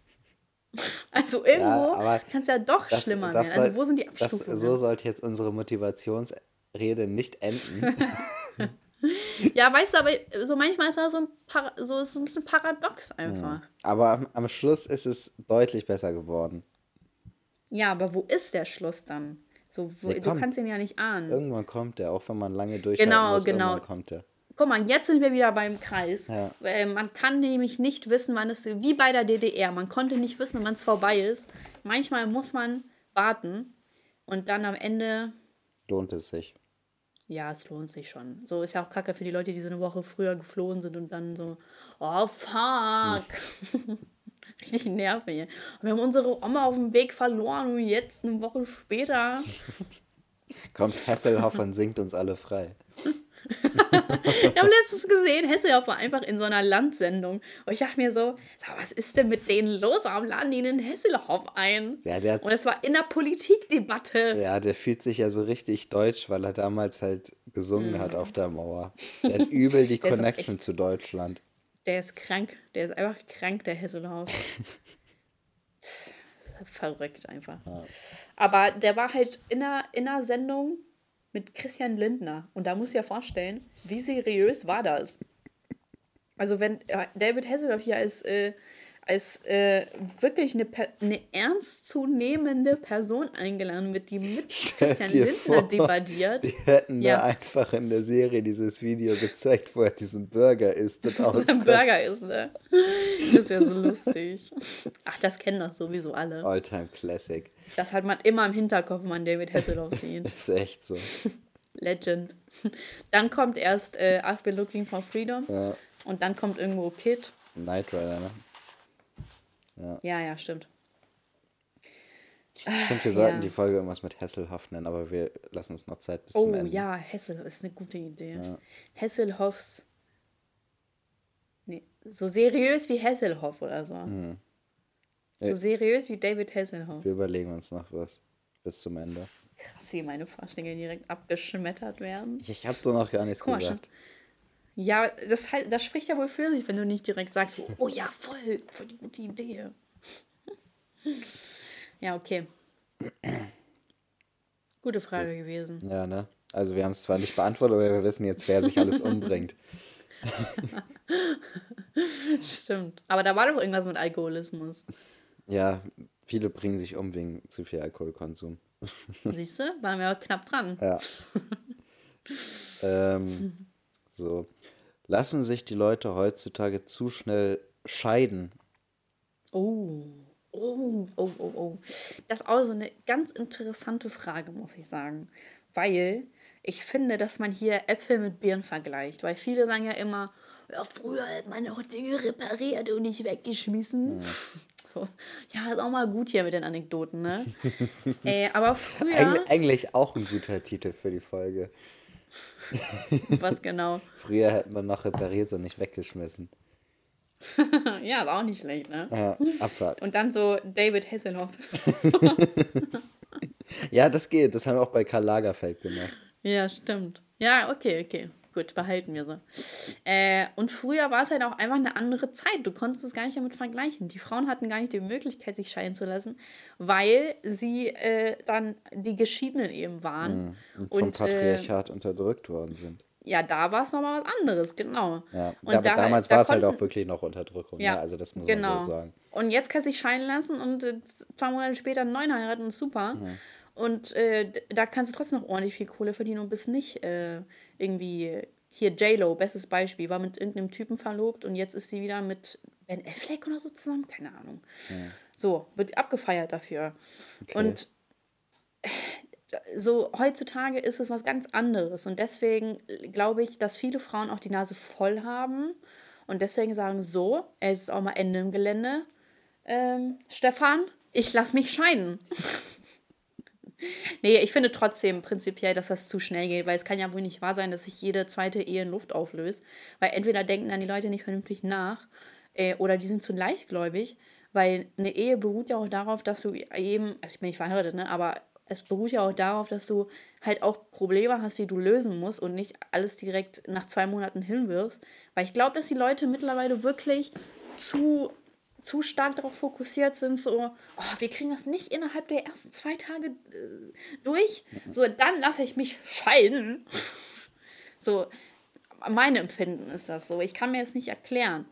Also irgendwo aber kann es ja doch Das, schlimmer das werden. Also soll- wo sind die das, Abstufungen? so sollte jetzt unsere Motivationsrede nicht enden. Ja, weißt du, aber so manchmal ist das so ein, Para so ist ein bisschen paradox einfach. Aber am, am Schluss ist es deutlich besser geworden. Ja, aber wo ist der Schluss dann? So, wo, Der du kommt. kannst ihn ja nicht ahnen. Irgendwann kommt der, auch wenn man lange durchhalten Genau, muss, genau. irgendwann kommt der. Guck mal, jetzt sind wir wieder beim Kreis. Ja. Äh, man kann nämlich nicht wissen, wann es, wie bei der D D R, man konnte nicht wissen, wann es vorbei ist. Manchmal muss man warten und dann am Ende, Lohnt es sich. ja, es lohnt sich schon. So ist ja auch kacke für die Leute, die so eine Woche früher geflohen sind und dann so, oh fuck. Richtig nervig. Wir haben unsere Oma auf dem Weg verloren und jetzt eine Woche später. Kommt Hasselhoff und singt uns alle frei. Ich habe letztens gesehen, Hasselhoff war einfach in so einer Landsendung. Und ich dachte mir so, sag, was ist denn mit denen los? Warum laden die einen Hasselhoff ein? Ja, der Und hat, es war in der Politikdebatte. ja, der fühlt sich ja so richtig deutsch, weil er damals halt gesungen hat auf der Mauer. Der hat übel die Der ist auch Connection echt, zu Deutschland. der ist krank. Der ist einfach krank, der Hasselhoff. Verrückt einfach. Aber der war halt in einer, in einer Sendung mit Christian Lindner. Und da muss ich ja vorstellen, wie seriös war das? Also wenn äh, David Hasselhoff hier als, äh, als äh, wirklich eine, Per- eine ernstzunehmende Person eingeladen wird, die mit Stell Christian dir Lindner vor, debattiert. die hätten da Ja, einfach in der Serie dieses Video gezeigt, wo er diesen Burger isst und was ein auskotzt. Burger ist, ne? Das wäre so lustig. Ach, das kennen doch sowieso alle. Alltime Classic. Das hat man immer im Hinterkopf, wenn man David Hasselhoff sieht. Ist echt so. Legend. Dann kommt erst äh, I've Been Looking for Freedom Ja, und dann kommt irgendwo Kid. Knight Rider, ne? Ja, ja, stimmt. Ich finde, wir sollten Ja. die Folge irgendwas mit Hasselhoff nennen, aber wir lassen uns noch Zeit bis zum Oh Ende. ja, Hasselhoff ist eine gute Idee. Hasselhoffs. Nee, so seriös wie Hasselhoff oder so. So Äh. seriös wie David Hasselhoff. Wir überlegen uns noch was bis zum Ende. Krass, wie meine Vorschläge direkt abgeschmettert werden. Ich, ich habe doch noch gar nichts Guck mal, gesagt. Ja, das, halt- das spricht ja wohl für sich, wenn du nicht direkt sagst, so, oh ja, voll, voll die gute Idee. Ja, okay. Gute Frage gewesen. Ja, ne? Also wir haben es zwar nicht beantwortet, aber wir wissen jetzt, wer sich alles umbringt. Stimmt. Aber da war doch irgendwas mit Alkoholismus. Ja, viele bringen sich um wegen zu viel Alkoholkonsum. Siehst du? Waren wir auch knapp dran. Ja. ähm, so. Lassen sich die Leute heutzutage zu schnell scheiden? Oh. Oh, oh, oh, oh. Das ist auch so eine ganz interessante Frage, muss ich sagen. Weil ich finde, dass man hier Äpfel mit Birnen vergleicht. Weil viele sagen ja immer, ja, früher hat man auch Dinge repariert und nicht weggeschmissen. So. Ja, ist auch mal gut hier mit den Anekdoten, ne? äh, aber früher, Eig eigentlich auch ein guter Titel für die Folge. was genau? Früher hätte man noch repariert und nicht weggeschmissen. Ja, ist auch nicht schlecht, ne? Ja, Abfahrt. Und dann so David Hasselhoff. Ja, das geht. Das haben wir auch bei Karl Lagerfeld gemacht. Ja, stimmt. Ja, okay, okay. Gut, behalten wir so. Äh, und früher war es halt auch einfach eine andere Zeit. Du konntest es gar nicht damit vergleichen. Die Frauen hatten gar nicht die Möglichkeit, sich scheiden zu lassen, weil sie äh, dann die Geschiedenen eben waren. Und vom Und äh, Patriarchat unterdrückt worden sind. ja, da war es nochmal was anderes, genau. Ja, Und da, da, damals da war es halt konnten, auch wirklich noch Unterdrückung. ja, Ne? Also das muss genau. man so sagen. Und jetzt kannst du dich scheiden lassen und äh, zwei Monate später einen neuen heiraten und super. Und äh, d- da kannst du trotzdem noch ordentlich viel Kohle verdienen und bist nicht äh, irgendwie. Hier J-Lo, bestes Beispiel, war mit irgendeinem Typen verlobt und jetzt ist sie wieder mit Ben Affleck oder so zusammen, keine Ahnung. So, wird abgefeiert dafür. Okay. Und so heutzutage ist es was ganz anderes und deswegen glaube ich, dass viele Frauen auch die Nase voll haben und deswegen sagen, so, es ist auch mal Ende im Gelände. Ähm, Stefan, ich lass mich scheiden. Nee, ich finde trotzdem prinzipiell, dass das zu schnell geht, weil es kann ja wohl nicht wahr sein, dass sich jede zweite Ehe in Luft auflöst, weil entweder denken dann die Leute nicht vernünftig nach äh, oder die sind zu leichtgläubig, weil eine Ehe beruht ja auch darauf, dass du eben, also ich bin nicht verheiratet, ne, aber es beruht ja auch darauf, dass du halt auch Probleme hast, die du lösen musst und nicht alles direkt nach zwei Monaten hinwirfst, weil ich glaube, dass die Leute mittlerweile wirklich zu zu stark darauf fokussiert sind, so, oh, wir kriegen das nicht innerhalb der ersten zwei Tage äh, durch, so, dann lasse ich mich scheiden. So, mein Empfinden ist das so. Ich kann mir das nicht erklären.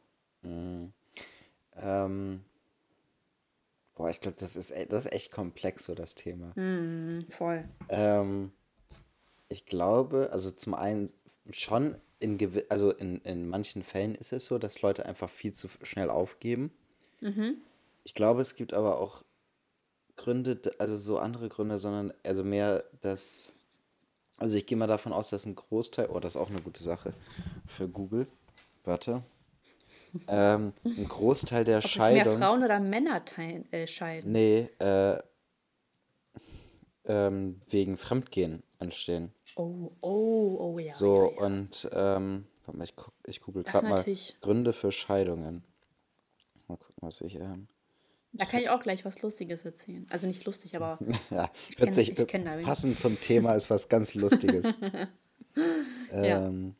Ähm, boah, ich glaube, das ist, e- das ist echt komplex, so das Thema. Hm, voll. Ähm, ich glaube, also zum einen schon in gewi also in, in manchen Fällen ist es so, dass Leute einfach viel zu f- schnell aufgeben. Ich glaube, es gibt aber auch Gründe, d- also so andere Gründe, sondern also mehr das, also ich gehe mal davon aus, dass ein Großteil, oh, das ist auch eine gute Sache für Google. Warte. Ähm, ein Großteil der Ob sich mehr Scheidung, Frauen oder Männer teilen, äh, scheiden. nee, äh, ähm, wegen Fremdgehen entstehen. Oh, oh, oh Oh ja, ja, So, ja. und ähm, warte mal, ich, guck, ich google Das ist gerade mal natürlich, Gründe für Scheidungen. Mal gucken, was wir hier haben. da kann ich auch gleich was Lustiges erzählen. Also nicht lustig, aber Ja, ich hört kenne sich ich äh, kenn da wen. passend zum Thema ist was ganz Lustiges. Ja, Ähm,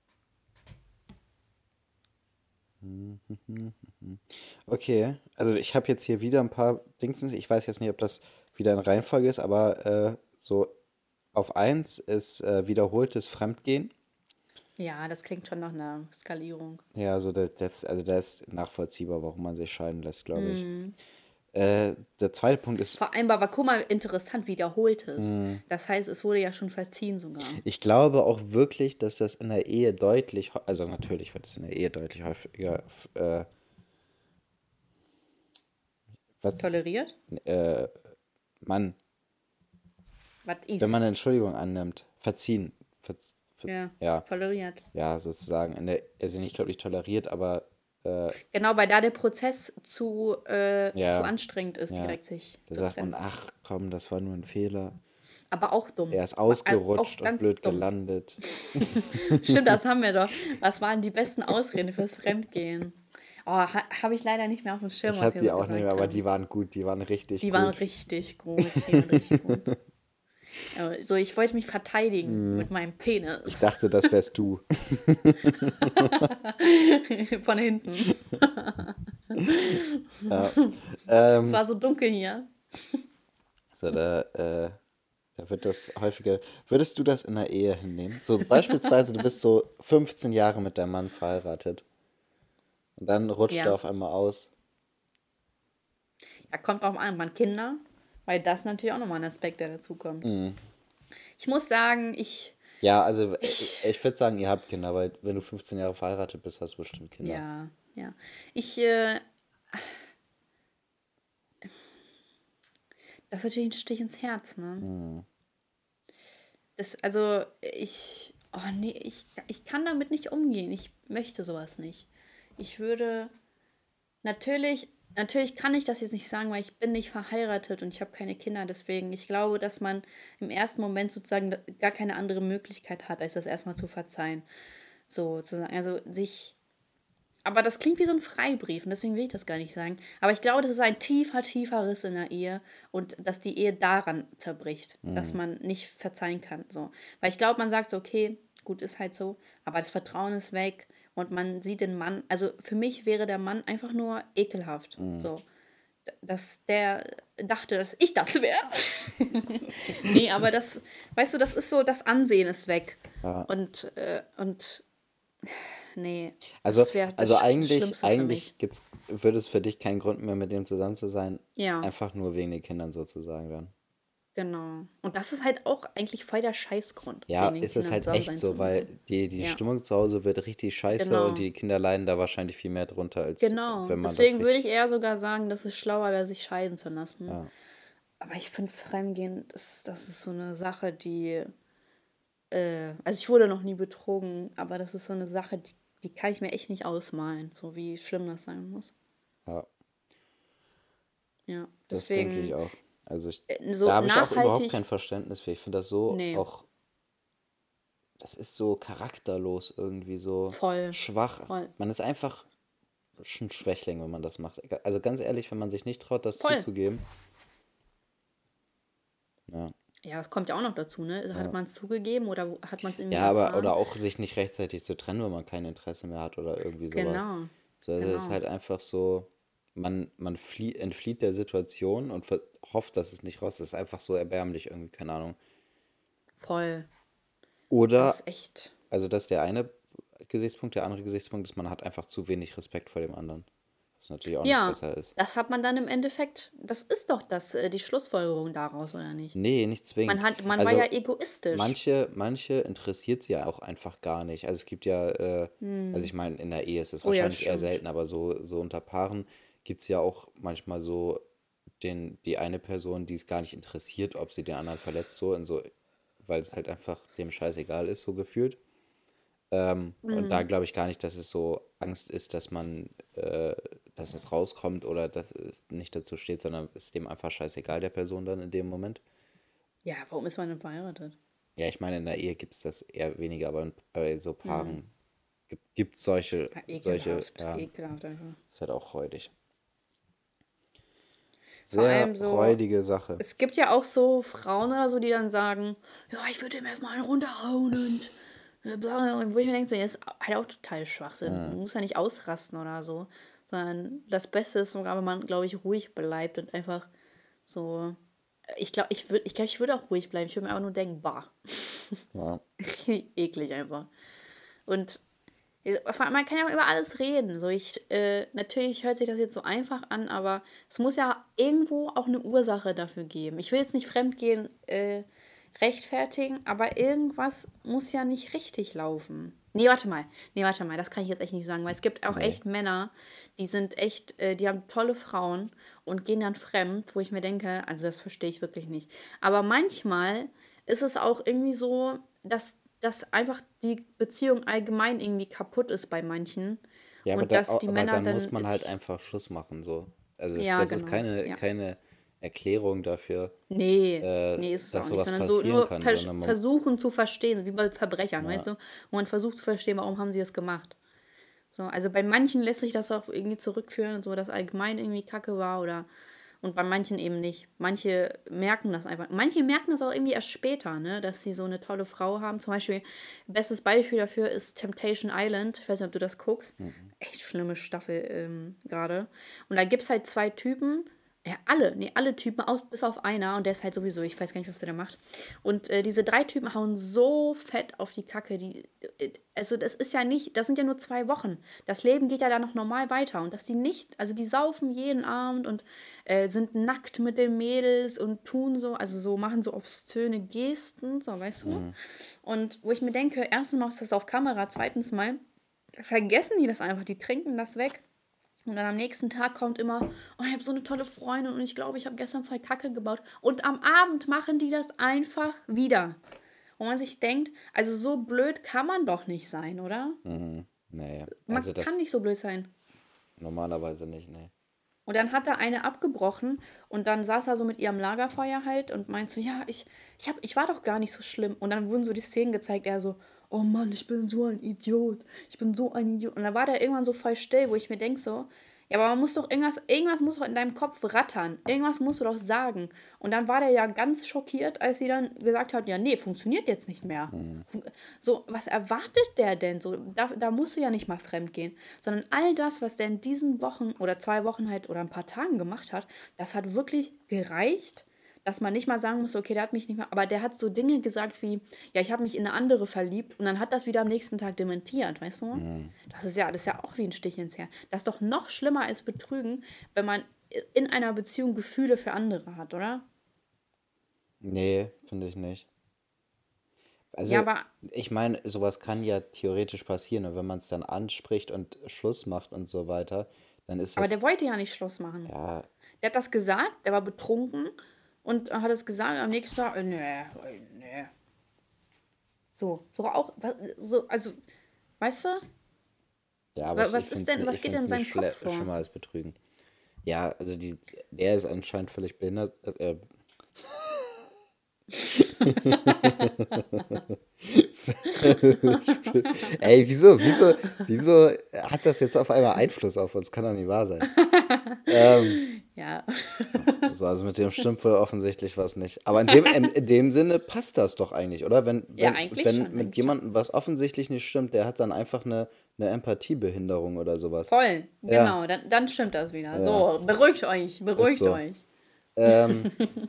okay, also ich habe jetzt hier wieder ein paar Dingsens. Ich weiß jetzt nicht, ob das wieder in Reihenfolge ist, aber äh, so auf eins ist äh, wiederholtes Fremdgehen. ja, das klingt schon nach einer Skalierung. Ja, also das, das, also das ist nachvollziehbar, warum man sich scheiden lässt, glaube ich. Mhm. Äh, der zweite Punkt ist, Vereinbar, aber guck mal, interessant, wiederholtes. mh, Das heißt, es wurde ja schon verziehen sogar. ich glaube auch wirklich, dass das in der Ehe deutlich, häu- also natürlich wird es in der Ehe deutlich häufiger, f- äh, was, Toleriert? äh, Mann, Was wenn man ist? eine Entschuldigung annimmt, verziehen, verz, ver, Ja, ja, toleriert. ja, sozusagen, in der, also nicht, glaube ich, toleriert, aber, äh, Genau, weil da der Prozess zu, äh, zu ja, anstrengend ist, ja, direkt sich da zu sagt man, trennen. ach komm, das war nur ein Fehler. Aber auch dumm. Er ist Wa- äh, Auch ausgerutscht und ganz blöd dumm. gelandet. Stimmt, das haben wir doch. Was waren die besten Ausreden fürs Fremdgehen? Oh, ha habe ich leider nicht mehr auf dem Schirm, Ich was hatte wir die so auch nicht mehr, gesagt aber die haben. waren gut, die waren richtig Die waren gut. richtig gut. Die waren richtig gut. Ja, so, ich wollte mich verteidigen mit meinem Ich Penis. dachte, das wärst du. Von hinten. Ja. Es Ähm, war so dunkel hier. so, da, äh, da wird das häufiger. Würdest du das in der Ehe hinnehmen? So beispielsweise, du bist so fünfzehn Jahre mit deinem Mann verheiratet und dann rutscht er Ja. auf einmal aus. Ja, kommt drauf an, man Kinder, weil das natürlich auch nochmal ein Aspekt, der dazu kommt. Ich muss sagen, ich, Ja, also äh, ich, ich würde sagen, ihr habt Kinder, weil wenn du fünfzehn Jahre verheiratet bist, hast du bestimmt Kinder. ja, ja. Ich, äh, das ist natürlich ein Stich ins Herz, ne? Das, also, ich, oh nee, ich, ich kann damit nicht umgehen. Ich möchte sowas nicht. Ich würde, natürlich, natürlich kann ich das jetzt nicht sagen, weil ich bin nicht verheiratet und ich habe keine Kinder. Deswegen, ich glaube, dass man im ersten Moment sozusagen da- gar keine andere Möglichkeit hat, als das erstmal zu verzeihen. So, zu sagen, also sich. Aber das klingt wie so ein Freibrief und deswegen will ich das gar nicht sagen. Aber ich glaube, das ist ein tiefer, tiefer Riss in der Ehe und dass die Ehe daran zerbricht, dass man nicht verzeihen kann. So. Weil ich glaube, man sagt so, okay, gut, ist halt so, aber das Vertrauen ist weg und man sieht den Mann, also für mich wäre der Mann einfach nur ekelhaft. So. Dass der dachte, dass ich das wäre. Nee, aber das, weißt du, das ist so, das Ansehen ist weg. Ja. Und, äh, und nee, Also, das wäre das also Sch eigentlich, Schlimmste für mich. eigentlich gibt's, würde es für dich keinen Grund mehr, mit dem zusammen zu sein. Ja, Einfach nur wegen den Kindern sozusagen dann. genau. Und das ist halt auch eigentlich voll der Scheißgrund, Ja, wegen den ist es Kindern halt zusammen echt sein zu so, weil müssen. die, die Ja, Stimmung zu Hause wird richtig scheiße und genau. die Kinder leiden da wahrscheinlich viel mehr drunter, als Genau. wenn man das Deswegen würde ich richtig. eher sogar sagen, dass es schlauer wäre, sich scheiden zu lassen. Ja, Aber ich finde Fremdgehen, das, das ist so eine Sache, die, äh, also ich wurde noch nie betrogen, aber das ist so eine Sache, die, die kann ich mir echt nicht ausmalen, so wie schlimm das sein muss. ja, Ja, das denke ich deswegen auch. Also ich, äh, da so habe ich auch überhaupt kein nachhaltig, Verständnis für. Ich finde das so nee, auch, das ist so charakterlos irgendwie, so voll, schwach. voll, Man ist einfach ein Schwächling, wenn man das macht. Also ganz ehrlich, wenn man sich nicht traut, das voll. zuzugeben. Ja. Ja, das kommt ja auch noch dazu, ne? Hat Ja. man es zugegeben oder hat man es irgendwie Ja, aber, erfahren? oder auch sich nicht rechtzeitig zu trennen, wenn man kein Interesse mehr hat oder irgendwie sowas. Genau, So, also es ist genau, halt einfach so, man, man flie entflieht der Situation und ver- hofft, dass es nicht raus ist. Das ist einfach so erbärmlich irgendwie, keine Ahnung. voll. Das Oder, ist echt. also das ist der eine Gesichtspunkt, der andere Gesichtspunkt ist, man hat einfach zu wenig Respekt vor dem anderen. Was natürlich auch nicht Ja, besser ist. das hat man dann im Endeffekt, das ist doch das, äh, die Schlussfolgerung daraus, oder nicht? Nee, nicht Man zwingend. hat, man war Also ja egoistisch. manche, manche interessiert sie ja auch einfach gar nicht. Also es gibt ja, äh, also ich meine, in der Ehe ist es Oh ja, wahrscheinlich eher stimmt. selten, aber so, so unter Paaren gibt es ja auch manchmal so den, die eine Person, die es gar nicht interessiert, ob sie den anderen verletzt, so, in so, weil es halt einfach dem scheißegal ist, so gefühlt. Ähm, und da glaube ich gar nicht, dass es so Angst ist, dass man, äh, dass es rauskommt oder dass es nicht dazu steht, sondern es ist dem einfach scheißegal, der Person dann in dem Moment. Ja, warum ist man denn verheiratet? Ja, ich meine, in der Ehe gibt es das eher weniger, aber bei so Hm. Paaren gibt es solche, Ja, solche, ekelhaft, ja, ekelhaft einfach. ist halt auch räudig. Vor Sehr allem so, räudige Sache. es gibt ja auch so Frauen oder so, die dann sagen, ja, ich würde ihm erstmal einen runterhauen und äh, bla, bla. Und wo ich mir denke, so, ja, ist halt auch total Schwachsinn. Mhm. Man muss ja nicht ausrasten oder so. Sondern das Beste ist sogar, wenn man, glaube ich, ruhig bleibt und einfach so. Ich glaube, ich würde ich glaub, ich würd auch ruhig bleiben. Ich würde mir einfach nur denken, bah, Ja. eklig einfach. Und vor allem, man kann ja über alles reden. So ich, äh, natürlich hört sich das jetzt so einfach an, aber es muss ja irgendwo auch eine Ursache dafür geben. Ich will jetzt nicht Fremdgehen äh, rechtfertigen, aber irgendwas muss ja nicht richtig laufen. Nee, warte mal. Nee, warte mal, das kann ich jetzt echt nicht sagen, weil es gibt auch Nee. echt Männer, die sind echt, äh, die haben tolle Frauen und gehen dann fremd, wo ich mir denke, also das verstehe ich wirklich nicht. Aber manchmal ist es auch irgendwie so, dass, dass einfach die Beziehung allgemein irgendwie kaputt ist bei manchen Ja, aber, und da, dass die aber Männer dann muss dann man halt ist, einfach Schluss machen, so. Also ich, ja, das ist genau, keine, ja. keine Erklärung dafür, Nee, äh, nee, ist es auch dass nicht, sowas sondern so passieren nur kann, vers sondern man, versuchen zu verstehen, wie bei Verbrechern, weißt ja, du? Wo man versucht zu verstehen, warum haben sie es gemacht. So, also bei manchen lässt sich das auch irgendwie zurückführen, so dass allgemein irgendwie Kacke war oder und bei manchen eben nicht. Manche merken das einfach. Manche merken das auch irgendwie erst später, ne, dass sie so eine tolle Frau haben. Zum Beispiel, bestes Beispiel dafür ist Temptation Island. Ich weiß nicht, ob du das guckst. mhm. Echt schlimme Staffel ähm, gerade. Und da gibt es halt zwei Typen. Ja, alle, nee, alle Typen, aus, bis auf einer. Und der ist halt sowieso, ich weiß gar nicht, was der da macht. Und äh, diese drei Typen hauen so fett auf die Kacke. Die, äh, also das ist ja nicht, das sind ja nur zwei Wochen. Das Leben geht ja da noch normal weiter. Und dass die nicht, also die saufen jeden Abend und äh, sind nackt mit den Mädels und tun so, also so, machen so obszöne Gesten, so, weißt du? Mhm. Und wo ich mir denke, erstens mal ist das auf Kamera, zweitens mal vergessen die das einfach, die trinken das weg. Und dann am nächsten Tag kommt immer, oh, ich habe so eine tolle Freundin und ich glaube, ich habe gestern voll Kacke gebaut. Und am Abend machen die das einfach wieder. Wo man sich denkt, also so blöd kann man doch nicht sein, oder? Mhm. Naja, Man also kann das nicht so blöd sein. normalerweise nicht, nee. Und dann hat da eine abgebrochen und dann saß er so mit ihrem Lagerfeuer halt und meint so, ja, ich, ich, hab, ich war doch gar nicht so schlimm. Und dann wurden so die Szenen gezeigt, er so, oh Mann, ich bin so ein Idiot. Ich bin so ein Idiot. Und dann war der irgendwann so voll still, wo ich mir denke so, ja, aber man muss doch irgendwas, irgendwas muss doch in deinem Kopf rattern. Irgendwas musst du doch sagen. Und dann war der ja ganz schockiert, als sie dann gesagt hat, ja, nee, funktioniert jetzt nicht mehr. Mhm. So, was erwartet der denn? So, da, da musst du ja nicht mal fremd gehen. Sondern all das, was der in diesen Wochen oder zwei Wochen halt oder ein paar Tagen gemacht hat, das hat wirklich gereicht, dass man nicht mal sagen musste, okay, der hat mich nicht mehr, aber der hat so Dinge gesagt wie, ja, ich habe mich in eine andere verliebt und dann hat das wieder am nächsten Tag dementiert, weißt du? Mhm. Das ist ja, das ist ja auch wie ein Stich ins Herz. Das ist doch noch schlimmer als Betrügen, wenn man in einer Beziehung Gefühle für andere hat, oder? Nee, finde ich nicht. Ja, Also, aber, ich meine, sowas kann ja theoretisch passieren und wenn man es dann anspricht und Schluss macht und so weiter, dann ist aber das, der wollte ja nicht Schluss machen. ja, Der hat das gesagt, der war betrunken und hat es gesagt, am nächsten Tag, äh, nee, äh, nee. So, so auch, wa- so, also, weißt du, ja, aber wa- ich, ich was finde ist es denn, nicht, was ich geht denn find's in nicht seinem Kopf schle vor? schlimmer als Betrügen. Ja, also die, der ist anscheinend völlig behindert. Äh, ey, wieso, wieso, wieso hat das jetzt auf einmal Einfluss auf uns? Kann doch nicht wahr sein. Ähm, Ja, so, also mit dem stimmt wohl offensichtlich was nicht. Aber in dem, in, in dem Sinne passt das doch eigentlich, oder? Wenn, ja, wenn, eigentlich wenn schon, mit eigentlich schon. jemandem was offensichtlich nicht stimmt, der hat dann einfach eine, eine Empathiebehinderung oder sowas. Voll, Ja, genau, dann, dann stimmt das wieder. ja, So, beruhigt euch, ist beruhigt so. euch. Ähm,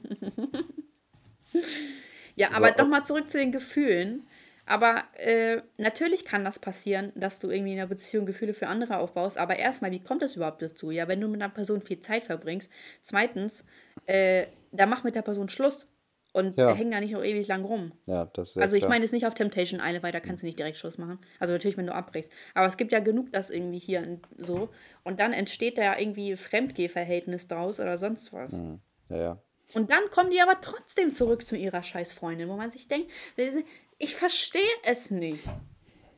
Ja, so, aber oh, nochmal zurück zu den Gefühlen. Aber äh, natürlich kann das passieren, dass du irgendwie in einer Beziehung Gefühle für andere aufbaust. Aber erstmal, wie kommt es überhaupt dazu? Ja, wenn du mit einer Person viel Zeit verbringst. Zweitens, äh, dann mach mit der Person Schluss und äh, ja, häng da nicht noch ewig lang rum. ja, das ist sehr Also ich klar. meine jetzt nicht auf Temptation Island, weil da Hm, kannst du nicht direkt Schluss machen. Also natürlich, wenn du abbrichst. Aber es gibt ja genug das irgendwie hier und so. Und dann entsteht da ja irgendwie Fremdgehverhältnis draus oder sonst was. hm, ja, ja. Und dann kommen die aber trotzdem zurück zu ihrer Scheißfreundin, wo man sich denkt, ich verstehe es nicht.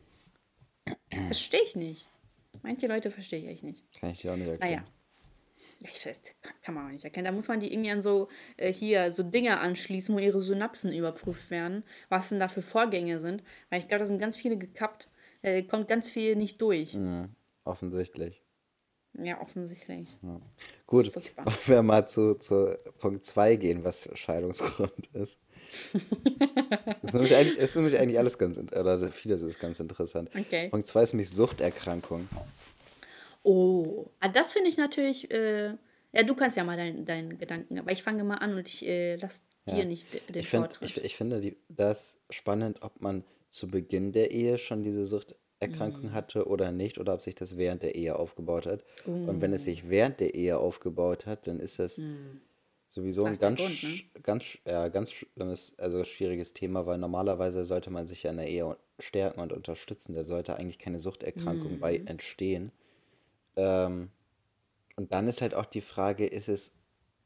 Verstehe ich nicht. Manche Leute verstehe ich echt nicht. Kann ich dir auch nicht Naja, erklären. Ja, ich weiß, kann, kann man auch nicht erkennen. Da muss man die irgendwie an so, äh, hier, so Dinger anschließen, wo ihre Synapsen überprüft werden, was denn da für Vorgänge sind. Weil ich glaube, da sind ganz viele gekappt. Da kommt ganz viel nicht durch. Mhm. Offensichtlich. Ja, offensichtlich. Ja. Gut, Furchtbar. wollen wir mal zu, zu Punkt zwei gehen, was Scheidungsgrund ist. Das ist nämlich eigentlich, ist nämlich eigentlich alles ganz, int- oder vieles ist ganz interessant. Okay. Punkt zwei ist nämlich Suchterkrankung. Oh, ah, das finde ich natürlich, äh, ja, du kannst ja mal deinen deinen Gedanken, aber ich fange mal an und ich äh, lass dir Ja. nicht de- den Ich finde, ich, Vortritt. ich finde die, das spannend, ob man zu Beginn der Ehe schon diese Suchterkrankung hatte oder nicht, oder ob sich das während der Ehe aufgebaut hat. Und wenn es Uh, sich während der Ehe aufgebaut hat, dann ist das sowieso ein was ist der ganz, Grund, ne? sch- ganz, sch- ja, ganz schlimmes, also schwieriges Thema, weil normalerweise sollte man sich ja in der Ehe stärken und unterstützen. Da sollte eigentlich keine Suchterkrankung bei entstehen. Ähm, und dann ist halt auch die Frage, ist es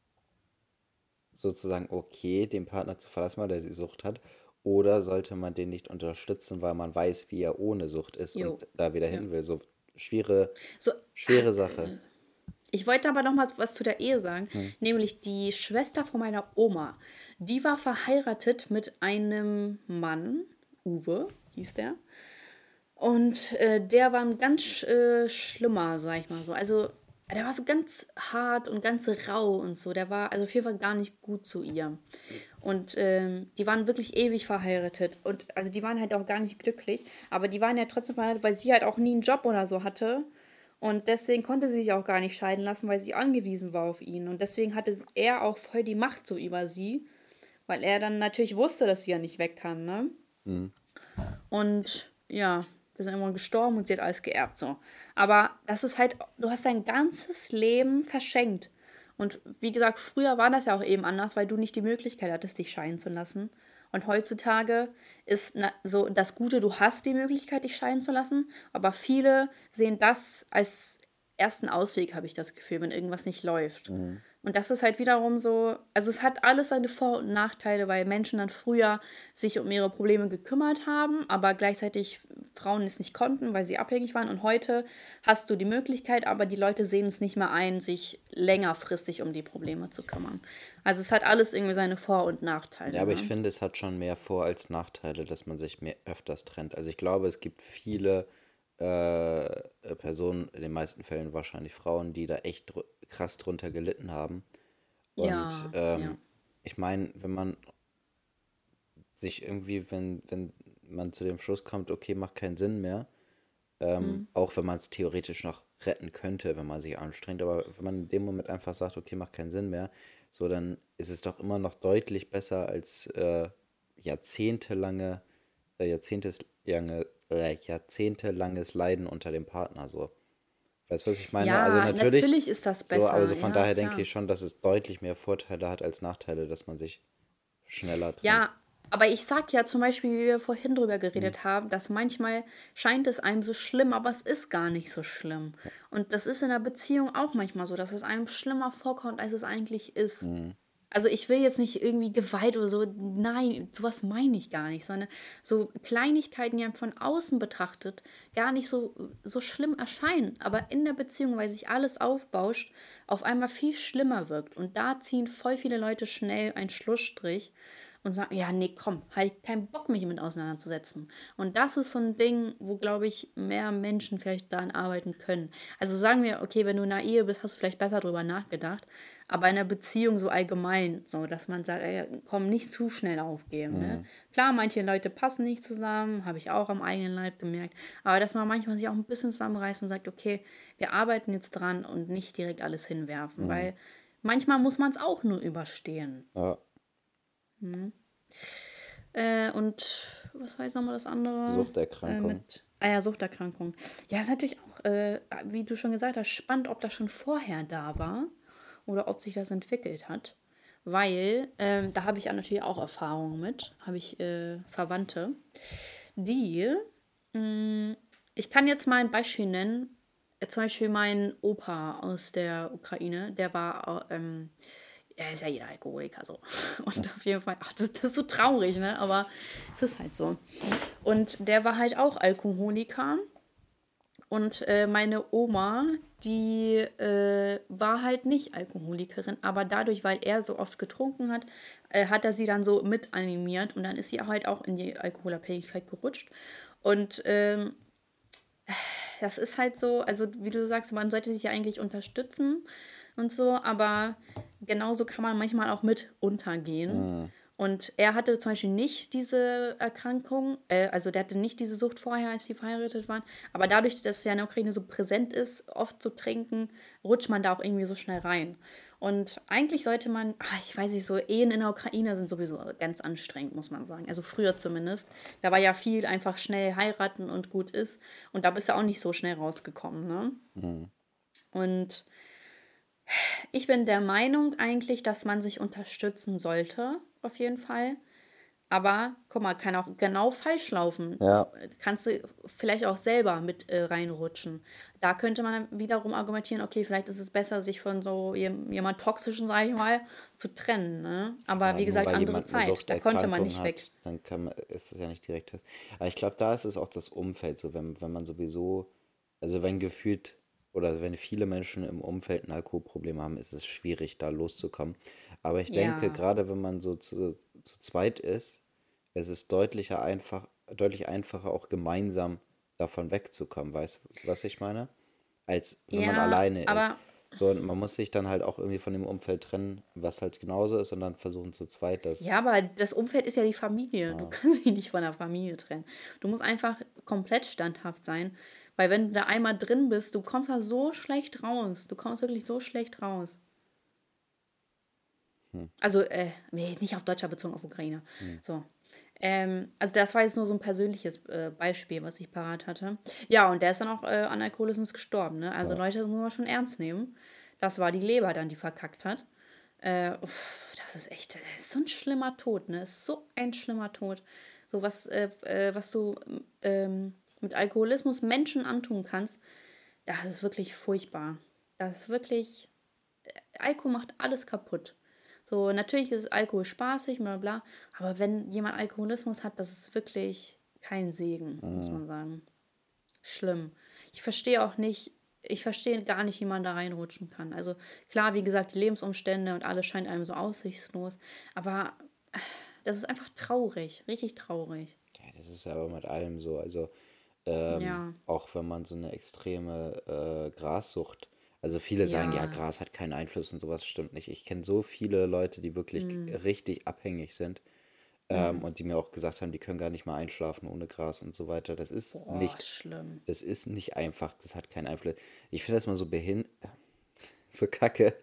sozusagen okay, den Partner zu verlassen, weil er die Sucht hat, oder sollte man den nicht unterstützen, weil man weiß, wie er ohne Sucht ist Jo, und da wieder ja. hin will. So schwere, So, ah, schwere Sache. ich wollte aber noch mal was zu der Ehe sagen, nämlich die Schwester von meiner Oma, die war verheiratet mit einem Mann, Uwe hieß der, und äh, der war ein ganz äh, schlimmer, sag ich mal so. Also, der war so ganz hart und ganz rau und so. Der war also auf jeden Fall gar nicht gut zu ihr. Und ähm, die waren wirklich ewig verheiratet. Und also die waren halt auch gar nicht glücklich. Aber die waren ja trotzdem verheiratet, weil sie halt auch nie einen Job oder so hatte. Und deswegen konnte sie sich auch gar nicht scheiden lassen, weil sie angewiesen war auf ihn. Und deswegen hatte er auch voll die Macht so über sie. Weil er dann natürlich wusste, dass sie ja nicht weg kann, ne? Mhm. Und ja, wir sind irgendwann gestorben und sie hat alles geerbt, so. Aber das ist halt, du hast dein ganzes Leben verschenkt. Und wie gesagt, früher war das ja auch eben anders, weil du nicht die Möglichkeit hattest, dich scheiden zu lassen. Und heutzutage ist na, so das Gute, du hast die Möglichkeit, dich scheiden zu lassen, aber viele sehen das als ersten Ausweg, habe ich das Gefühl, wenn irgendwas nicht läuft. Mhm. Und das ist halt wiederum so, also es hat alles seine Vor- und Nachteile, weil Menschen dann früher sich um ihre Probleme gekümmert haben, aber gleichzeitig Frauen es nicht konnten, weil sie abhängig waren. Und heute hast du die Möglichkeit, aber die Leute sehen es nicht mehr ein, sich längerfristig um die Probleme zu kümmern. Also es hat alles irgendwie seine Vor- und Nachteile, Ja, aber ich ne? finde, es hat schon mehr Vor- als Nachteile, dass man sich mehr öfters trennt. Also ich glaube, es gibt viele äh, äh, Personen, in den meisten Fällen wahrscheinlich Frauen, die da echt dr krass drunter gelitten haben. Und Ja, ja. ähm, ich meine, wenn man sich irgendwie, wenn, wenn man zu dem Schluss kommt, okay, macht keinen Sinn mehr, ähm, Hm. auch wenn man es theoretisch noch retten könnte, wenn man sich anstrengt, aber wenn man in dem Moment einfach sagt, okay, macht keinen Sinn mehr, so dann ist es doch immer noch deutlich besser als äh, jahrzehntelange, äh, jahrzehntelange, äh, jahrzehntelanges Leiden unter dem Partner, so. Weißt du, was ich meine? Also Ja, natürlich, natürlich ist das so, aber besser. so von Ja, daher denke klar. ich schon, dass es deutlich mehr Vorteile hat als Nachteile, dass man sich schneller trennt. Ja, aber ich sag ja zum Beispiel, wie wir vorhin drüber Hm. geredet haben, dass manchmal scheint es einem so schlimm, aber es ist gar nicht so schlimm. Und das ist in der Beziehung auch manchmal so, dass es einem schlimmer vorkommt, als es eigentlich ist. Hm. Also ich will jetzt nicht irgendwie Gewalt oder so, nein, sowas meine ich gar nicht, sondern so Kleinigkeiten, die einem von außen betrachtet gar nicht so, so schlimm erscheinen, aber in der Beziehung, weil sich alles aufbauscht, auf einmal viel schlimmer wirkt. Und da ziehen voll viele Leute schnell einen Schlussstrich und sagen, ja, nee, komm, halt keinen Bock, mich damit auseinanderzusetzen. Und das ist so ein Ding, wo, glaube ich, mehr Menschen vielleicht daran arbeiten können. Also sagen wir, okay, wenn du in einer Ehe bist, hast du vielleicht besser drüber nachgedacht, aber in einer Beziehung so allgemein, so, dass man sagt, ey, komm, nicht zu schnell aufgeben, ne? Hm. Klar, manche Leute passen nicht zusammen, habe ich auch am eigenen Leib gemerkt, aber dass man manchmal sich auch ein bisschen zusammenreißt und sagt, okay, wir arbeiten jetzt dran und nicht direkt alles hinwerfen, Hm. weil manchmal muss man es auch nur überstehen. Ja, Äh, und was heißt nochmal das andere? Äh, Suchterkrankung. mit, ah ja, Suchterkrankung. Ja, ist natürlich auch, äh, wie du schon gesagt hast, spannend, ob das schon vorher da war oder ob sich das entwickelt hat. Weil, ähm, da habe ich ja natürlich auch Erfahrungen mit, habe ich äh, Verwandte, die, mh, ich kann jetzt mal ein Beispiel nennen. Äh, Zum Beispiel mein Opa aus der Ukraine, der war, ähm, er ist ja jeder Alkoholiker so. Und auf jeden Fall, ach, das, das ist so traurig, ne? Aber es ist halt so. Und der war halt auch Alkoholiker. Und äh, meine Oma, die äh, war halt nicht Alkoholikerin, aber dadurch, weil er so oft getrunken hat, äh, hat er sie dann so mit animiert und dann ist sie halt auch in die Alkoholabhängigkeit gerutscht. Und ähm, das ist halt so, also wie du sagst, man sollte sich ja eigentlich unterstützen und so, aber genauso kann man manchmal auch mit untergehen. Mhm. Und er hatte zum Beispiel nicht diese Erkrankung, äh, also der hatte nicht diese Sucht vorher, als sie verheiratet waren. Aber dadurch, dass ja in der Ukraine so präsent ist, oft zu trinken, rutscht man da auch irgendwie so schnell rein. Und eigentlich sollte man, ah, ich weiß nicht, so Ehen in der Ukraine sind sowieso ganz anstrengend, muss man sagen. Also früher zumindest. Da war ja viel einfach schnell heiraten und gut ist. Und da bist du auch nicht so schnell rausgekommen, ne? Mhm. Und ich bin der Meinung eigentlich, dass man sich unterstützen sollte, auf jeden Fall. Aber guck mal, kann auch genau falsch laufen. F- Ja. Kannst du vielleicht auch selber mit äh, reinrutschen. Da könnte man dann wiederum argumentieren, okay, vielleicht ist es besser, sich von so jem- jemand Toxischen, sage ich mal, zu trennen. Ne? Aber Ja, wie nur gesagt, weil andere jemand eine Zeit. Da konnte man Suchterkrankung nicht weg. hat, dann kann man, ist es ja nicht direkt das. Aber ich glaube, da ist es auch das Umfeld so, wenn, wenn man sowieso, also wenn gefühlt oder wenn viele Menschen im Umfeld ein Alkoholproblem haben, ist es schwierig, da loszukommen. Aber ich denke, Ja, gerade wenn man so zu, zu zweit ist, es ist deutlicher einfach, deutlich einfacher, auch gemeinsam davon wegzukommen. Weißt du, was ich meine? Als wenn man ja, alleine ist. aber So, und man muss sich dann halt auch irgendwie von dem Umfeld trennen, was halt genauso ist, und dann versuchen zu zweit das. ja, aber das Umfeld ist ja die Familie. Du Ja, kannst dich nicht von der Familie trennen. Du musst einfach komplett standhaft sein, weil wenn du da einmal drin bist, du kommst da so schlecht raus. Du kommst wirklich so schlecht raus. hm, Also, äh, nee, nicht auf Deutschland bezogen, auf Ukraine. hm, So. Ähm, also das war jetzt nur so ein persönliches äh, Beispiel, was ich parat hatte. Ja, und der ist dann auch äh, an Alkoholismus gestorben, ne? Also ja, Leute, das muss man schon ernst nehmen. Das war die Leber dann, die verkackt hat. Äh, uff, das ist echt, das ist so ein schlimmer Tod, ne? Das ist so ein schlimmer Tod. So was, äh, äh, was du ähm, mit Alkoholismus Menschen antun kannst, das ist wirklich furchtbar. Das ist wirklich, Alkohol macht alles kaputt. So, natürlich ist Alkohol spaßig, bla bla, aber wenn jemand Alkoholismus hat, das ist wirklich kein Segen, muss hm. man sagen. Schlimm. Ich verstehe auch nicht, ich verstehe gar nicht, wie man da reinrutschen kann. Also klar, wie gesagt, die Lebensumstände und alles scheint einem so aussichtslos, aber das ist einfach traurig, richtig traurig. Ja, das ist ja aber mit allem so. Also, ähm, Ja, auch wenn man so eine extreme äh, Grassucht, also viele sagen, ja, ja, Gras hat keinen Einfluss und sowas stimmt nicht. Ich kenne so viele Leute, die wirklich mm, richtig abhängig sind. Ähm, mm. und die mir auch gesagt haben, die können gar nicht mehr einschlafen ohne Gras und so weiter. Das ist Boah, nicht, schlimm. das ist nicht einfach, das hat keinen Einfluss. Ich finde das mal so behin, so kacke,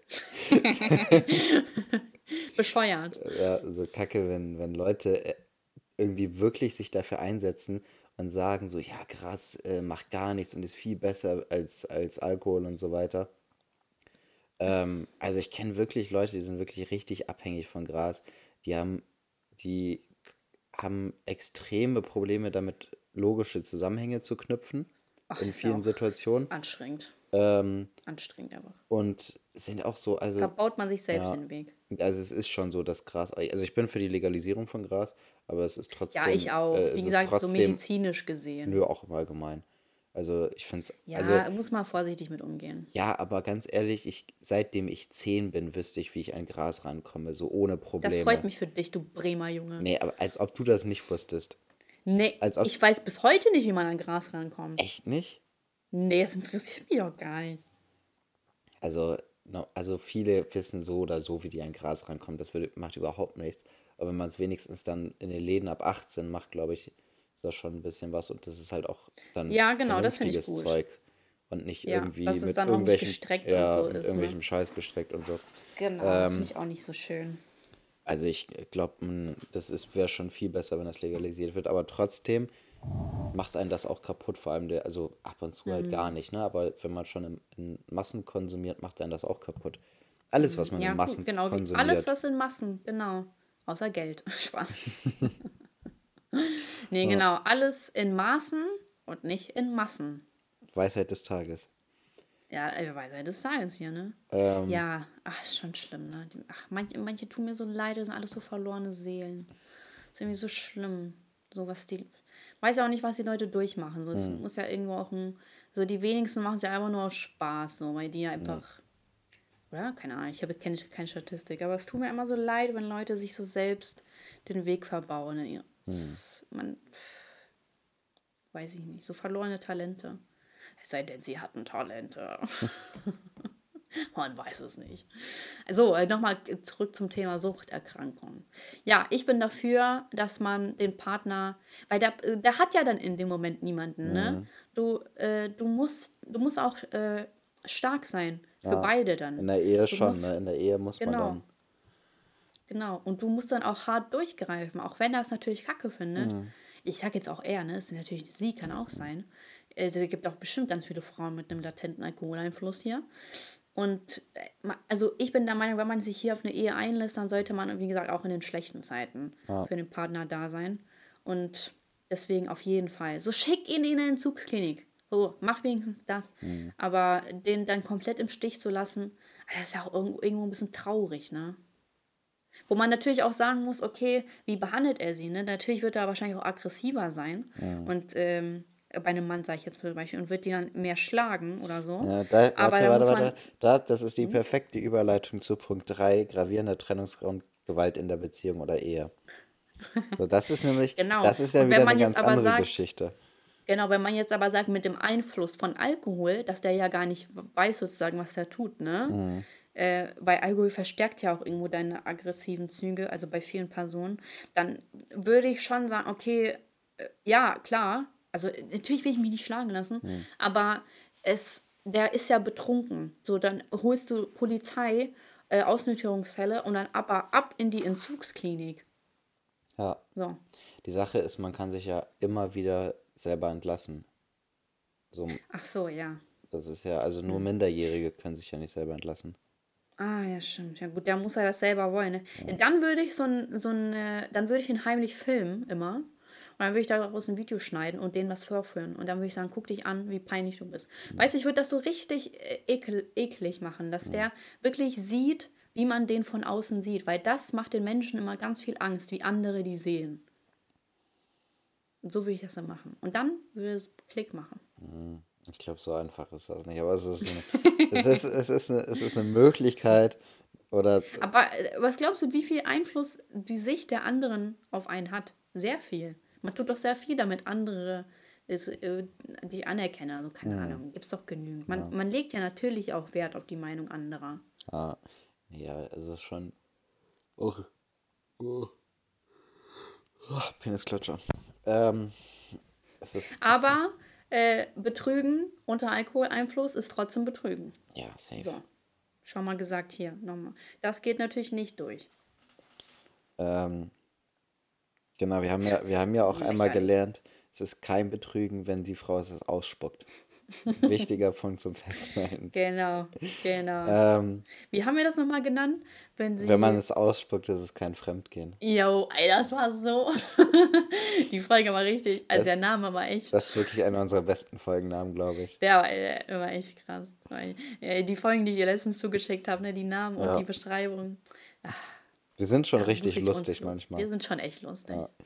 Bescheuert. ja, so kacke, wenn, wenn Leute äh, irgendwie wirklich sich dafür einsetzen und sagen so, ja, Gras äh, macht gar nichts und ist viel besser als, als Alkohol und so weiter. Ähm, also ich kenne wirklich Leute, die sind wirklich richtig abhängig von Gras. Die haben, die haben extreme Probleme damit, logische Zusammenhänge zu knüpfen Ach, in das ist ja vielen auch Situationen. anstrengend. Ähm, Anstrengend einfach. und sind auch so, also, Verbaut man sich selbst ja, den Weg. also es ist schon so, dass Gras, also ich bin für die Legalisierung von Gras, aber es ist Ja, trotzdem, ich äh, auch. Wie es ist gesagt, so trotzdem, medizinisch gesehen. nö, auch im Allgemeinen. Also ich finde es, also Ja, muss man vorsichtig mit umgehen. ja, aber ganz ehrlich, ich, seitdem ich zehn bin, wüsste ich, wie ich an Gras rankomme, so ohne Das freut Probleme. mich für dich, du Bremer Junge. Nee, aber als ob du das nicht wusstest. Nee, Als ob, ich weiß bis heute nicht, wie man an Gras rankommt. echt nicht? Nee, das interessiert mich auch gar nicht. Also, no, also viele wissen so oder so, wie die an Gras rankommen. Das würde, macht überhaupt nichts. Aber wenn man es wenigstens dann in den Läden ab achtzehn macht, glaube ich, ist das schon ein bisschen was. Und das ist halt auch dann Ja, genau, das finde ich vernünftiges gut. Zeug. Und nicht Ja, irgendwie dass es mit dann auch nicht irgendwelchen, gestreckt und ja, so mit ist, ne? irgendwelchem Scheiß gestreckt und so. Genau, das Ähm, finde ich auch nicht so schön. also ich glaube, das ist, wäre schon viel besser, wenn das legalisiert wird. Aber trotzdem macht einen das auch kaputt, vor allem der, also ab und zu halt gar nicht, ne? Aber wenn man schon in, in Massen konsumiert, macht einen das auch kaputt. Alles, was man in Ja, gut, Massen genau wie alles, konsumiert. was in Massen, genau. Außer Geld. Spaß. Nee, Ja, genau, alles in Maßen und nicht in Massen. Weisheit des Tages. Ja, äh, Weisheit des Tages hier, ne? Ähm, Ja, ach, ist schon schlimm, ne? Die, ach, manche, manche tun mir so leid, das sind alles so verlorene Seelen. Das ist irgendwie so schlimm. So was die. Weiß ja auch nicht, was die Leute durchmachen. So, es hm, muss ja irgendwo auch ein So die wenigsten machen es ja einfach nur aus Spaß, so, weil die ja einfach, oder? Keine Ahnung, ich habe jetzt keine, keine Statistik, aber es tut mir immer so leid, wenn Leute sich so selbst den Weg verbauen. in ihr- Hm. Es- Man, weiß ich nicht, so verlorene Talente. Es sei denn, sie hatten Talente. Man weiß es nicht. Also, äh, nochmal zurück zum Thema Suchterkrankung. Ja, ich bin dafür, dass man den Partner, weil der, äh, der hat ja dann in dem Moment niemanden, ne? Mhm. Du, äh, du musst, du musst auch äh, stark sein für Ja, beide in dann. der Ehe Du schon, musst, ne? In der Ehe muss man genau, dann. genau. Und du musst dann auch hart durchgreifen, auch wenn er es natürlich kacke findet. Mhm. Ich sag jetzt auch er, ne? Es ist natürlich sie, kann auch sein. Es gibt auch bestimmt ganz viele Frauen mit einem latenten Alkoholeinfluss hier. Und äh, ma- also ich bin der Meinung, wenn man sich hier auf eine Ehe einlässt, dann sollte man, wie gesagt, auch in den schlechten Zeiten Ja. für den Partner da sein. Und deswegen auf jeden Fall. So schick ihn in eine Entzugsklinik. So, mach wenigstens das. Mhm. Aber den dann komplett im Stich zu lassen, das ist ja auch irgendwo, irgendwo ein bisschen traurig, ne? Wo man natürlich auch sagen muss, okay, wie behandelt er sie, ne? Natürlich wird er wahrscheinlich auch aggressiver sein. Mhm. Und ähm, bei einem Mann sage ich jetzt zum Beispiel, und wird die dann mehr schlagen oder so. Ja, da, Aber warte, da warte, muss man, warte. Da, das ist die hm? perfekte Überleitung zu Punkt drei: gravierender Trennungsgrund, Gewalt in der Beziehung oder Ehe. So, das ist nämlich, Genau. das ist ja Und wieder wenn eine man jetzt ganz aber andere sagt, Geschichte. genau, wenn man jetzt aber sagt, mit dem Einfluss von Alkohol, dass der ja gar nicht weiß sozusagen, was er tut, ne? Mhm. Äh, weil Alkohol verstärkt ja auch irgendwo deine aggressiven Züge, also bei vielen Personen, dann würde ich schon sagen, okay, äh, ja, klar, also äh, natürlich will ich mich nicht schlagen lassen, Mhm. aber es, der ist ja betrunken. So, dann holst du Polizei, äh, Ausnüchterungsfälle und dann aber ab in die Entzugsklinik. Ja, So. die Sache ist, man kann sich ja immer wieder selber entlassen. So, Ach so, ja. das ist ja, also nur Hm. Minderjährige können sich ja nicht selber entlassen. Ah, ja, stimmt. Ja, gut, der muss ja das selber wollen, ne? Ja, Ja. dann würde ich so ein, so ein, äh, dann würde ich ihn heimlich filmen, immer. Und dann würde ich daraus ein Video schneiden und denen was vorführen. Und dann würde ich sagen, guck dich an, wie peinlich du bist. Mhm. Weißt du, ich würde das so richtig äh, ekel, eklig machen, dass Mhm. der wirklich sieht, wie man den von außen sieht. Weil das macht den Menschen immer ganz viel Angst, wie andere die sehen. Und so würde ich das dann machen. Und dann würde es Klick machen. Mhm. Ich glaube, so einfach ist das nicht. Aber es ist eine, es ist, es ist eine, es ist eine Möglichkeit oder Aber äh, was glaubst du, wie viel Einfluss die Sicht der anderen auf einen hat? Sehr viel. Man tut doch sehr viel, damit andere es, äh, die anerkennen. Also keine mhm. Ahnung, gibt es doch genügend. Man, Ja. man legt ja natürlich auch Wert auf die Meinung anderer. Ah, ja, es ist schon. Oh, oh, oh, Penisklatscher. Ähm, es ist. Aber äh, Betrügen unter Alkoholeinfluss ist trotzdem Betrügen. Ja, safe. So, schon mal gesagt hier nochmal. Das geht natürlich nicht durch. Ähm, genau, wir haben ja, wir haben ja auch einmal Lächerlich. gelernt, es ist kein Betrügen, wenn die Frau es ausspuckt. Wichtiger Punkt zum Festhalten. Genau, genau. Ähm, Wie haben wir das nochmal genannt? Wenn wenn man sie es ausspuckt, ist es kein Fremdgehen. Jo, ey, das war so. Die Folge war richtig. Also Das, der Name war echt. das ist wirklich einer unserer besten Folgennamen, glaube ich. Der war, der war echt krass. Weil, äh, Die Folgen, die ich dir letztens zugeschickt habe, ne, die Namen und die Ja. Beschreibung. Wir sind schon Ja, muss richtig ich uns. lustig manchmal. Wir sind schon echt lustig. Ja.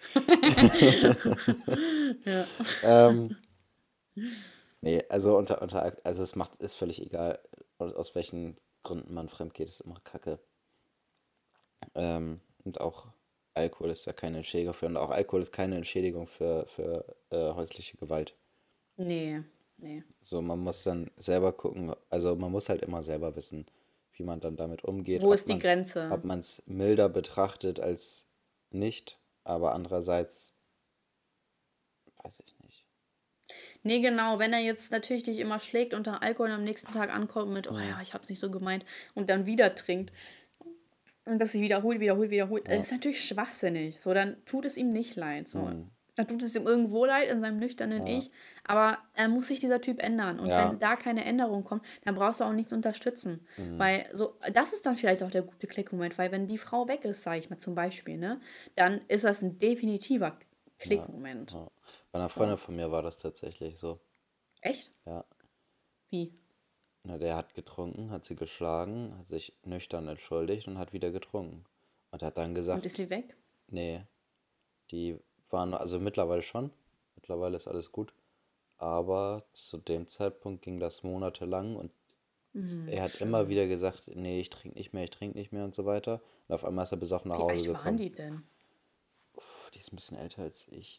Ja. Ähm, nee, also unter, unter, also es macht, ist völlig egal, aus aus welchen Gründen man fremd geht, ist immer Kacke. Ähm, und auch Alkohol ist da keine Entschädigung für. Und auch Alkohol ist keine Entschädigung für, für äh, häusliche Gewalt. Nee, nee. So, man muss dann selber gucken, also man muss halt immer selber wissen, wie man dann damit umgeht, Wo ob ist die man, Grenze? ob man es milder betrachtet als nicht, aber andererseits, weiß ich nicht. Nee, genau. Wenn er jetzt natürlich dich immer schlägt unter Alkohol und am nächsten Tag ankommt mit, oh Hm, ja, ich hab's nicht so gemeint und dann wieder trinkt, und das sich wiederholt, wiederholt, wiederholt. Das ja, ist natürlich schwachsinnig. So, dann tut es ihm nicht leid. So. hm, Dann tut es ihm irgendwo leid in seinem nüchternen ja, Ich. Aber dann muss sich dieser Typ ändern. Und ja, wenn da keine Änderung kommt, dann brauchst du auch nichts unterstützen. hm, Weil so, das ist dann vielleicht auch der gute Klickmoment. Weil wenn die Frau weg ist, sage ich mal zum Beispiel, ne, dann ist das ein definitiver ja, Klickmoment. ja. Bei einer So. Freundin von mir war das tatsächlich so. Echt? Ja, Wie? na, der hat getrunken, hat sie geschlagen, hat sich nüchtern entschuldigt und hat wieder getrunken. Und hat dann Und ist gesagt, sie weg? nee, die waren, also mittlerweile schon, mittlerweile ist alles gut, aber zu dem Zeitpunkt ging das monatelang und Hm, er hat immer schlimm. wieder gesagt, nee, ich trinke nicht mehr, ich trinke nicht mehr und so weiter. Und auf einmal ist er besoffen nach Wie Hause alt waren gekommen. die denn? Puh, die ist ein bisschen älter als ich.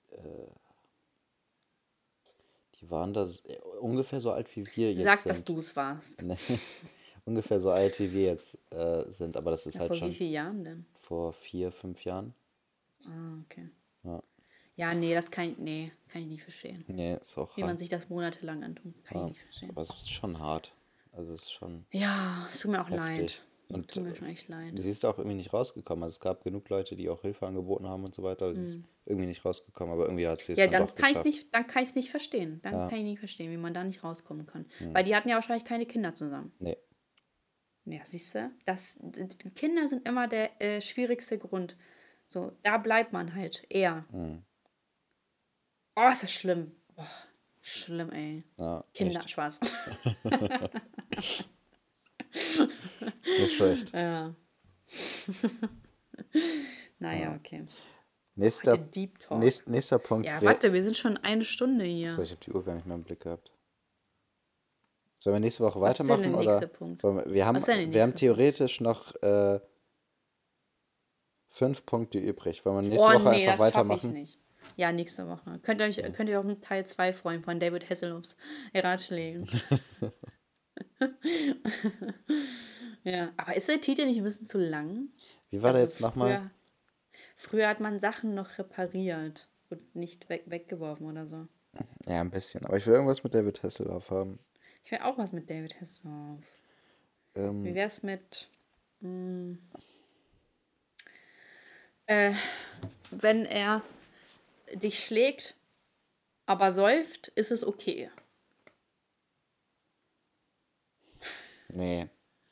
Die waren da s- äh, ungefähr so alt, wie wir jetzt Sag, dass sind. du es warst. Ne? Ungefähr so alt, wie wir jetzt äh, sind, aber das ist Ja, halt vor wie schon vielen Jahren denn? vor vier, fünf Jahren. Ah, okay. Ja. Ja, nee, das kann ich, nee, kann ich nicht verstehen. Nee, ist auch Wie man hart. sich das monatelang antun, kann ich Ja. nicht verstehen. Aber es ist schon hart. Also es ist schon Ja, es tut mir auch leid. heftig. Und Tut äh, mir schon echt leid. sie ist auch irgendwie nicht rausgekommen. Also es gab genug Leute, die auch Hilfe angeboten haben und so weiter, aber sie ist irgendwie nicht rausgekommen. Aber irgendwie hat sie es Ja, dann dann doch kann ich es geschafft. nicht, dann kann ich nicht verstehen. Dann Ja, kann ich nicht verstehen, wie man da nicht rauskommen kann. Weil die hatten ja wahrscheinlich keine Kinder zusammen. nee. Ja, siehst du? Das, d- d- Kinder sind immer der äh, schwierigste Grund. So, da bleibt man halt eher. Hm. Oh, ist das schlimm. Boah, schlimm, ey. Ja, Kinder, echt. Spaß. Nicht schlecht. Ja. Naja, okay. Heute Nächster, Deep Talk. nächst, nächster Punkt Ja, wäre. warte, wir sind schon eine Stunde Achso, hier. ich habe die Uhr gar nicht mehr im Blick gehabt. Sollen wir nächste Woche Was ist denn der weitermachen nächste oder? Punkt? wollen Wir, wir Was haben, ist denn der wir haben nächste Punkt? theoretisch noch äh, fünf Punkte übrig. Wollen wir nächste Oh, Woche nee, einfach das schaffe ich weitermachen? nicht. Ja, nächste Woche. Könnt ihr euch, Okay. könnt ihr auf den Teil zwei freuen von David Hasselhoffs Ratschlägen. Ja, aber ist der Titel nicht ein bisschen zu lang? Wie war der Also jetzt nochmal? früher, früher hat man Sachen noch repariert und nicht weg, weggeworfen oder so. Ja, ein bisschen. Aber ich will irgendwas mit David Hasselhoff haben. Ich will auch was mit David Hasselhoff. Wie Ähm, wär's mit, mh, äh, wenn er dich schlägt, aber säuft, ist es okay. nee.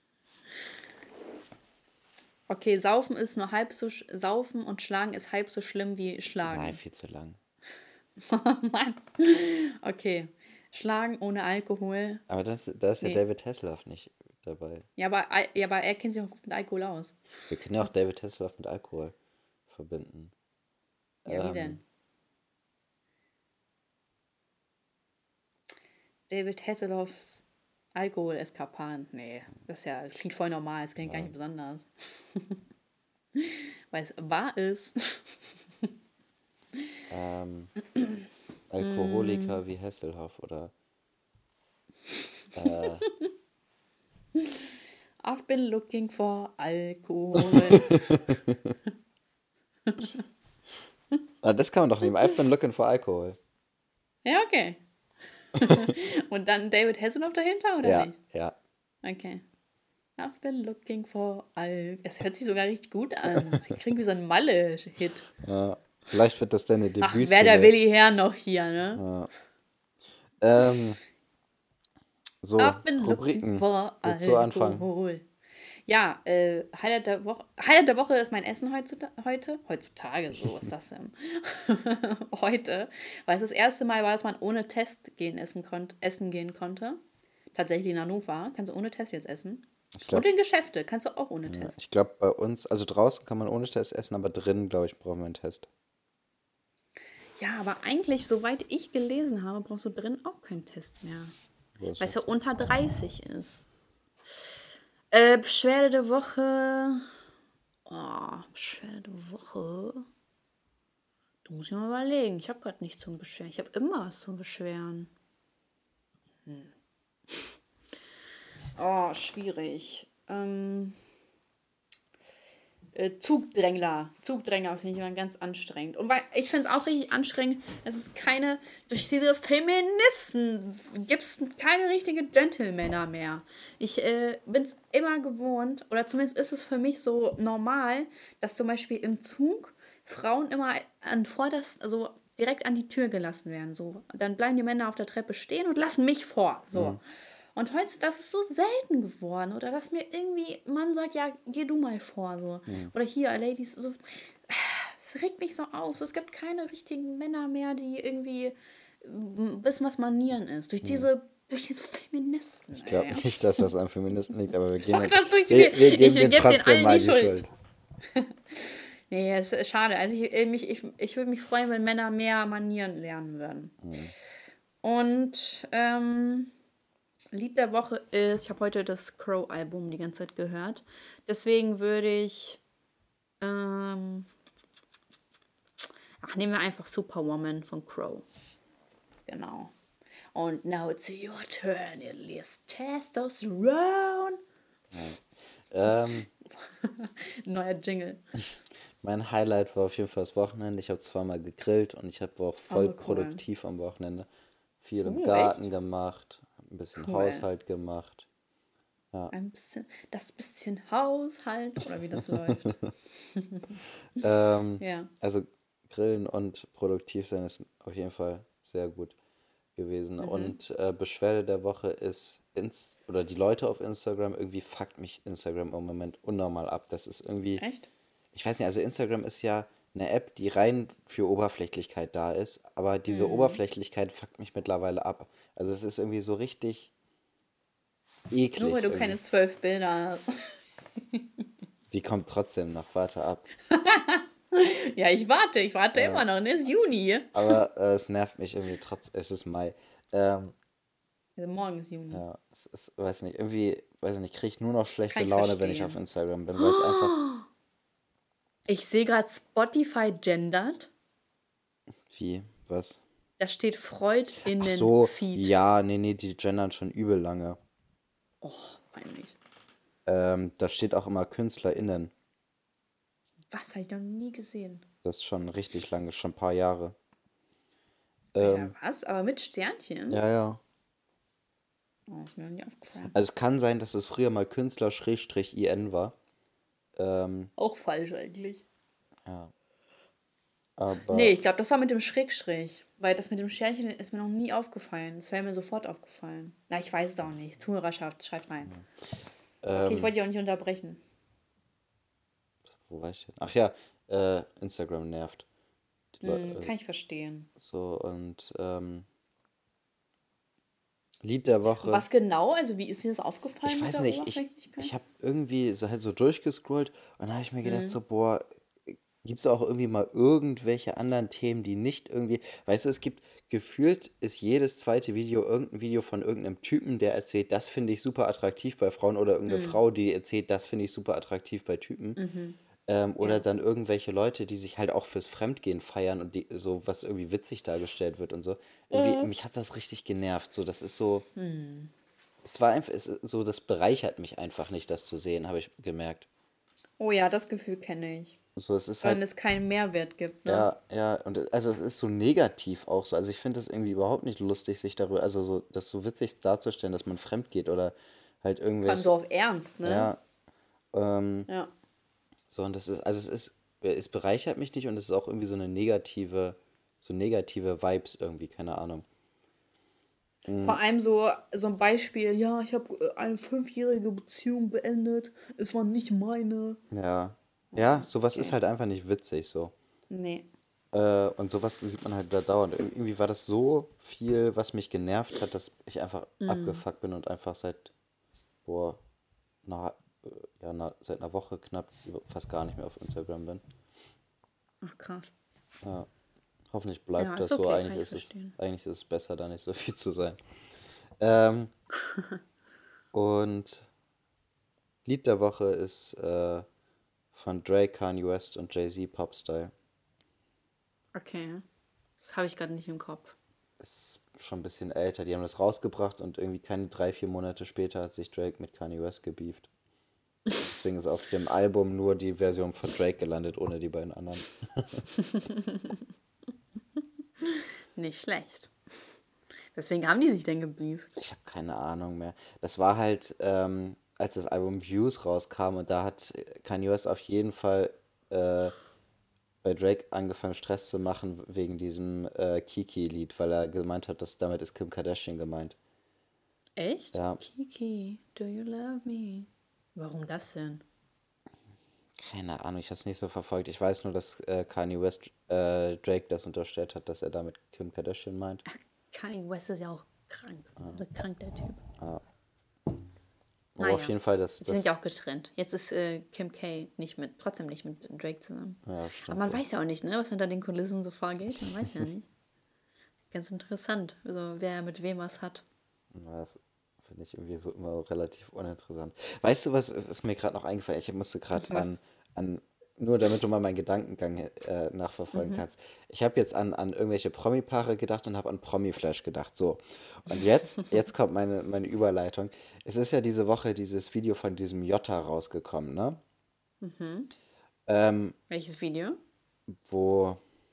Okay, saufen ist nur halb so, sch- saufen und schlagen ist halb so schlimm wie Nein, schlagen. viel zu lang. Mann. Okay, schlagen ohne Alkohol. Aber das, da ist ja Nee. David Hasselhoff nicht dabei. Ja, aber, Al- ja, aber er kennt sich auch gut mit Alkohol aus. Wir können ja auch David Hasselhoff mit Alkohol verbinden. Ja, wie Ähm, denn? David Hasselhoffs Alkohol-Eskapaden. Nee, das ist ja, das klingt voll normal, das klingt gar nicht besonders. Weil es wahr ist. ähm, Alkoholiker wie Hasselhoff oder äh, I've been looking for Alkohol. ah, das kann man doch nehmen. I've been looking for alcohol. Ja, okay. Und dann David Hasselhoff dahinter, oder Ja, nicht? ja. Okay. I've been looking for Alk. Es hört sich sogar richtig gut an. Es klingt wie so ein Malle-Hit. Ja. Vielleicht wird das deine Ach, wer der Debütsingle. Willi Herr noch hier, ne? Ähm, so, I've been looking Rubriken. for Willst du anfangen? Alkohol. Ja, äh, Highlight der Woche. Highlight der Woche ist mein Essen heutzutage. Heute? Heutzutage, so was ist das denn? Heute. Weil es das erste Mal war, dass man ohne Test gehen essen, konnt, essen gehen konnte. Tatsächlich in Hannover. Kannst du ohne Test jetzt essen. Ich Und glaube, in Geschäfte kannst du auch ohne Test. ich glaube bei uns, also draußen kann man ohne Test essen, aber drinnen, glaube ich, brauchen wir einen Test. Ja, aber eigentlich, soweit ich gelesen habe, brauchst du drin auch keinen Test mehr. Wo ist Weil es das? ja unter dreißig ist. Äh, Beschwerde der Woche. Oh, Beschwerde der Woche. Du musst dir mal überlegen. Ich habe gerade nichts zum Beschweren. Ich habe immer was zum Beschweren. Hm. Oh, schwierig. Ähm, äh, Zugdrängler. Zugdrängler finde ich immer ganz anstrengend. Und weil ich finde es auch richtig anstrengend, es ist keine, durch diese Feministen gibt es keine richtigen Gentlemänner mehr. Ich äh, bin es immer gewohnt, oder zumindest ist es für mich so normal, dass zum Beispiel im Zug Frauen immer an vorderst, also direkt an die Tür gelassen werden. So. Dann bleiben die Männer auf der Treppe stehen und lassen mich vor. So. Mhm. Und heute, das ist so selten geworden. Oder dass mir irgendwie ein Mann sagt, ja, geh du mal vor. So. Mhm. Oder hier, Ladies, so. Es regt mich so auf. So, es gibt keine richtigen Männer mehr, die irgendwie mm, wissen, was Manieren ist. Durch diese, durch diese Feministen. Ich glaube ey. nicht, dass das an Feministen liegt, aber wir geben, Doch, das durch die, wir, wir ich geben gebe denen denen trotzdem allen mal die die Schuld. Schuld. Nee, es ist schade. Also ich, äh, mich, ich, ich würde mich freuen, wenn Männer mehr Manieren lernen würden. Mhm. Und ähm, Lied der Woche ist, ich habe heute das Crow-Album die ganze Zeit gehört. Deswegen würde ich, ähm, ach, nehmen wir einfach Superwoman von Crow. Genau. Und now it's your turn, Elias Testosterone. Ähm, Neuer Jingle. mein Highlight war auf jeden Fall das Wochenende. Ich habe zweimal gegrillt und ich habe auch voll Oh, cool. produktiv am Wochenende. Viel im Oh, Garten echt? gemacht, ein bisschen Cool. Haushalt gemacht. Ein bisschen, das bisschen Haushalt oder wie das läuft. Ähm, Ja. also Grillen und produktiv sein ist auf jeden Fall sehr gut gewesen. Und äh, Beschwerde der Woche ist, ins oder die Leute auf Instagram, irgendwie fuckt mich Instagram im Moment unnormal ab. Das ist irgendwie, Echt? ich weiß nicht, also Instagram ist ja eine App, die rein für Oberflächlichkeit da ist, aber diese Oberflächlichkeit fuckt mich mittlerweile ab. Also es ist irgendwie so richtig Nur weil eklig du irgendwie. keine zwölf Bilder hast. Die kommt trotzdem noch, warte ab. Ja, ich warte, ich warte immer noch, ne? Es ist Juni. Aber äh, es nervt mich irgendwie trotzdem, es ist Mai. Ähm, Also morgen ist Juni. Ja, es ist, weiß nicht, irgendwie, weiß nicht, kriege ich nur noch schlechte Kann ich Laune, wenn ich auf verstehen. Instagram bin, weil es einfach, Ich sehe gerade Spotify gendert. wie, was? Da steht Freud in Ach den so, Feed. ja, nee, nee, die gendern schon übel lange. Oh, peinlich. Ähm, da steht auch immer KünstlerInnen. Was habe ich noch nie gesehen? Das ist schon richtig lange, schon ein paar Jahre. Alter, Ähm, was? Aber mit Sternchen? ja, ja. Oh, ist mir noch nie aufgefallen. Also es kann sein, dass es früher mal Künstler-I N war. Ähm, Auch falsch eigentlich. ja, Nee, aber, ich glaube, das war mit dem Schrägstrich. Weil das mit dem Sternchen ist mir noch nie aufgefallen. Das wäre mir sofort aufgefallen. Na, ich weiß es auch nicht. Zuhörerschaft, schreibt rein. Okay, ich ähm, wollte dich auch nicht unterbrechen. wo war ich denn? Ach ja, äh, Instagram nervt. Die Leu Hm, äh, kann ich verstehen. so, und, ähm, Lied der Und Woche. was genau? Also, wie ist dir das Ich aufgefallen mit weiß der nicht, ich, Oberflächlichkeit? ich habe irgendwie so halt so durchgescrollt und dann habe ich mir gedacht, Hm. so, boah, gibt es auch irgendwie mal irgendwelche anderen Themen, die nicht irgendwie, weißt du, es gibt gefühlt ist jedes zweite Video irgendein Video von irgendeinem Typen, der erzählt, das finde ich super attraktiv bei Frauen oder irgendeine Hm. Frau, die erzählt, das finde ich super attraktiv bei Typen. Mhm. Ähm, oder Ja. dann irgendwelche Leute, die sich halt auch fürs Fremdgehen feiern und die so, was irgendwie witzig dargestellt wird und so. Irgendwie, Äh. mich hat das richtig genervt. So, das ist so, Hm. es war einfach, es ist so, das bereichert mich einfach nicht, das zu sehen, habe ich gemerkt. Oh ja, das Gefühl kenne ich. So, es ist Wenn halt, es keinen Mehrwert gibt, ne? ja, ja, und also es ist so negativ auch so. Also ich finde das irgendwie überhaupt nicht lustig, sich darüber, also so, das so witzig darzustellen, dass man fremd geht oder halt Vor allem irgendwelche, so auf Ernst, ne? ja, ähm, Ja. so, und das ist, also es ist, es bereichert mich nicht und es ist auch irgendwie so eine negative, so negative Vibes irgendwie, keine Ahnung. Vor Mm, allem so, so ein Beispiel, ja, ich habe eine fünfjährige Beziehung beendet, es war nicht meine. ja, ja, Oh, sowas ist okay. halt einfach nicht witzig so. Nee. Äh, und sowas sieht man halt da dauernd. Ir- Irgendwie war das so viel, was mich genervt hat, dass ich einfach Mm. abgefuckt bin und einfach seit, boah, na, äh, ja, na, seit einer Woche knapp über- fast gar nicht mehr auf Instagram bin. Ach, krass. Ja, hoffentlich Ja, bleibt ist das so. okay, kann Eigentlich ich ist es, verstehen. eigentlich ist es besser, da nicht so viel zu sein. Ähm, und Lied der Woche ist äh, von Drake, Kanye West und Jay-Z, Popstyle. Okay. Das habe ich gerade nicht im Kopf. Ist schon ein bisschen älter. Die haben das rausgebracht und irgendwie keine drei, vier Monate später hat sich Drake mit Kanye West gebieft. Deswegen ist auf dem Album nur die Version von Drake gelandet, ohne die beiden anderen. Nicht schlecht. Weswegen haben die sich denn geblieft? Ich habe keine Ahnung mehr. Das war halt, ähm, als das Album Views rauskam und da hat Kanye West auf jeden Fall äh, bei Drake angefangen, Stress zu machen wegen diesem äh, Kiki-Lied, weil er gemeint hat, dass damit ist Kim Kardashian gemeint. Echt? Ja, Kiki, do you love me? Warum das denn? keine Ahnung, ich habe es nicht so verfolgt. Ich weiß nur, dass äh, Kanye West äh, Drake das unterstellt hat, dass er damit Kim Kardashian meint. Ach, Kanye West ist ja auch krank. Also krank, der Typ. Aber auf Naja. jeden Fall, das, Jetzt sind ja das, auch getrennt. Jetzt ist äh, Kim K nicht mit, trotzdem nicht mit Drake zusammen. ja, Aber stimmt man wohl. weiß ja auch nicht, ne, was hinter den Kulissen so vorgeht. Man weiß ja nicht. Ganz interessant, also wer mit wem was hat. Ja, das finde ich irgendwie so immer relativ uninteressant. Weißt du, was ist mir gerade noch eingefallen? Ich musste gerade an, Was? an, nur damit du mal meinen Gedankengang äh, nachverfolgen Mhm. kannst. Ich habe jetzt an, an irgendwelche Promi-Paare gedacht und habe an Promi-Flash gedacht. So. Und jetzt, jetzt kommt meine, meine Überleitung. Es ist ja diese Woche dieses Video von diesem Jota rausgekommen, ne? Mhm. Ähm, Welches Video? wo,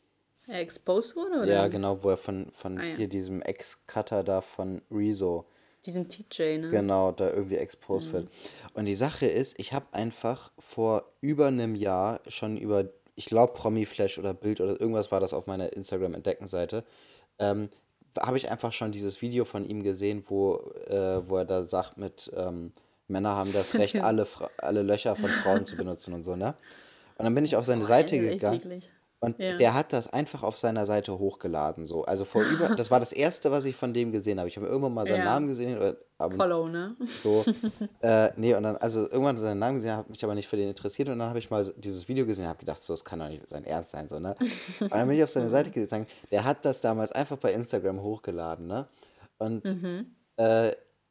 Er exposed wurde ja, oder? genau, wo er von, von Ah ja, hier diesem Ex-Cutter da von Rezo. diesem T J, ne? Genau, da irgendwie exposed wird. Mhm. Und die Sache ist, ich habe einfach vor über einem Jahr schon über, ich glaube, Promiflash oder Bild oder irgendwas war das auf meiner Instagram-Entdecken-Seite, ähm, habe ich einfach schon dieses Video von ihm gesehen, wo, äh, wo er da sagt mit, ähm, Männer haben das Recht, alle, Fra alle Löcher von Frauen zu benutzen und so, ne? Und dann bin ich auf seine Boah, das Seite ist echt gegangen eklig. und Ja. der hat das einfach auf seiner Seite hochgeladen, so. Also vor über, das war das erste, was ich von dem gesehen habe. Ich habe irgendwann mal seinen Ja. Namen gesehen oder ab und Follow, ne? so, äh, nee, und dann, also irgendwann seinen Namen gesehen, habe mich aber nicht für den interessiert und dann habe ich mal dieses Video gesehen und habe gedacht, so, das kann doch nicht sein Ernst sein, so, ne? Und dann bin ich auf seine Seite gegangen, der hat das damals einfach bei Instagram hochgeladen, ne? Und Mhm. äh,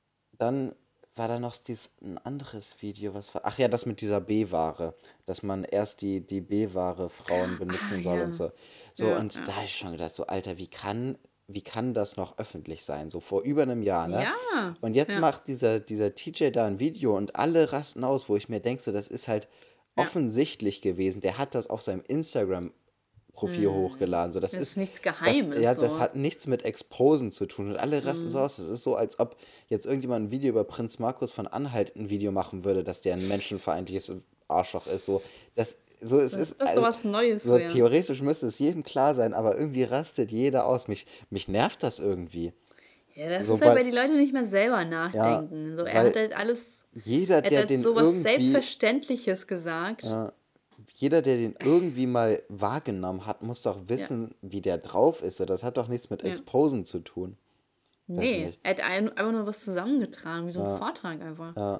dann war da noch dies, ein anderes Video, was war, ach ja, das mit dieser B-Ware, dass man erst die, die B-Ware Frauen Ah benutzen soll und ja. so. So, Ja, und ja. da habe ich schon gedacht, so, Alter, wie kann, wie kann das noch öffentlich sein? So vor über einem Jahr, ne? Ja. Und jetzt Ja. macht dieser, dieser T J da ein Video und alle rasten aus, wo ich mir denke, so, das ist halt Ja. offensichtlich gewesen. Der hat das auf seinem Instagram-Profil hochgeladen. So, das Das ist ist, nichts das, ja, Geheimes, das so. hat nichts mit Exposen zu tun. Und alle rasten so aus. Das ist so, als ob jetzt irgendjemand ein Video über Prinz Markus von Anhalt ein Video machen würde, dass der ein menschenfeindliches Arschloch ist. So, das, so es Das ist, ist doch also, was Neues, so so ja. theoretisch müsste es jedem klar sein, aber irgendwie rastet jeder aus. Mich, mich nervt das irgendwie. Ja, das So, ist halt, weil, weil die Leute nicht mehr selber ja, nachdenken. So, er hat weil halt alles, jeder, er hat der halt den sowas irgendwie, Selbstverständliches gesagt. ja, jeder, der den irgendwie mal wahrgenommen hat, muss doch Ja, wissen, wie der drauf ist. So, das hat doch nichts mit ja. Exposen zu tun. Weiß Nee, nicht. er hat ein, einfach nur was zusammengetragen, wie so ein Ja, Vortrag einfach. ja,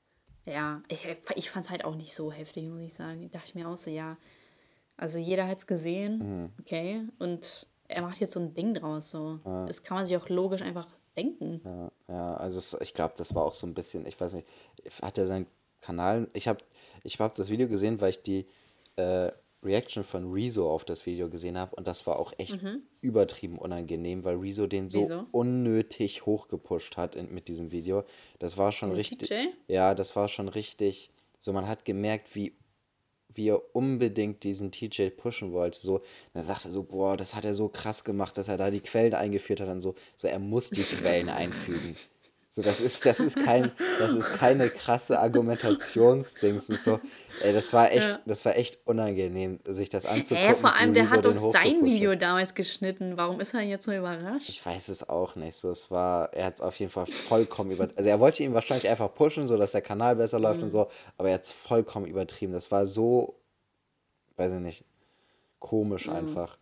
Ja, ich, ich fand es halt auch nicht so heftig, muss ich sagen. Da dachte ich mir auch so, ja, also jeder hat es gesehen, mhm, okay, und er macht jetzt so ein Ding draus, so. ja, Das kann man sich auch logisch einfach denken. ja, ja. Also es, ich glaube, das war auch so ein bisschen, ich weiß nicht, hat er seinen Kanal, ich habe ich hab das Video gesehen, weil ich die äh, Reaction von Rezo auf das Video gesehen habe und das war auch echt übertrieben unangenehm, weil Rezo den so Wieso? unnötig hochgepusht hat in, mit diesem Video. Das war schon Diesen richtig, T J? ja, das war schon richtig, so man hat gemerkt, wie wie er unbedingt diesen T J pushen wollte. So, dann sagt er so, boah, das hat er so krass gemacht, dass er da die Quellen eingeführt hat und so. So, er muss die Quellen einfügen. So, das ist, das ist kein, das ist keine krasse Argumentationsdings. Das ist so, ey, das war echt, Ja. das war echt unangenehm, sich das Hä, vor anzugucken, wie allem, der Rezo hat doch den sein hochgepusht hat. Video damals geschnitten. Warum ist er jetzt so überrascht? Ich weiß es auch nicht. So, es war, er hat es auf jeden Fall vollkommen über, also er wollte ihn wahrscheinlich einfach pushen, so dass der Kanal besser läuft und so, aber er hat es vollkommen übertrieben. Das war so, weiß ich nicht, komisch einfach.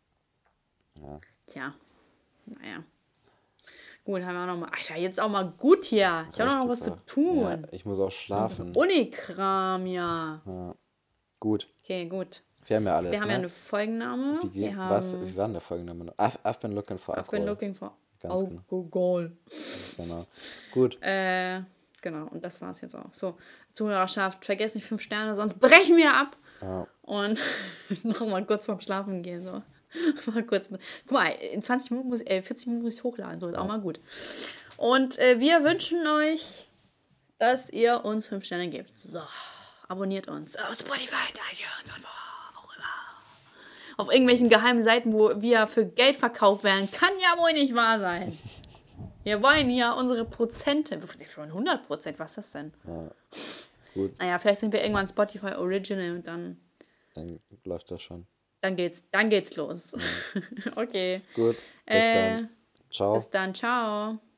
Ja, Tja, naja. Gut, haben wir auch noch mal. Alter, jetzt auch mal gut hier. Ich habe noch reicht was jetzt zu auch. Ja, tun. ich muss auch Noch was schlafen. Unikram, ja. Gut. Okay, gut. Wir haben ja Wir alles, haben ja ne? eine Folgenname. Wie, Wir ge- was, haben wie war denn der Folgenname? I've, I've been looking for I've been Alcohol. looking for Ganz genau. Alcohol. Genau. Gut. Äh, genau, und das war's jetzt auch. So, Zuhörerschaft, vergesst nicht fünf Sterne, sonst brechen wir ab. Ja. Und noch mal kurz vorm Schlafen gehen. So. Mal kurz. Guck mal, in zwanzig Minuten muss, äh, vierzig Minuten muss ich hochladen. So ist auch mal gut. Und äh, wir wünschen euch, dass ihr uns fünf Sterne gebt. So, abonniert uns auf Spotify, iTunes und wo auch immer. Auf irgendwelchen geheimen Seiten, wo wir für Geld verkauft werden. Kann ja wohl nicht wahr sein. Wir wollen ja unsere Prozente. Von hundert Prozent, was ist das denn? Gut. Naja, vielleicht sind wir irgendwann Spotify Original und dann, Dann läuft das schon. dann geht's, dann geht's los. Okay. Gut. Bis Äh, dann. Ciao. bis dann, ciao.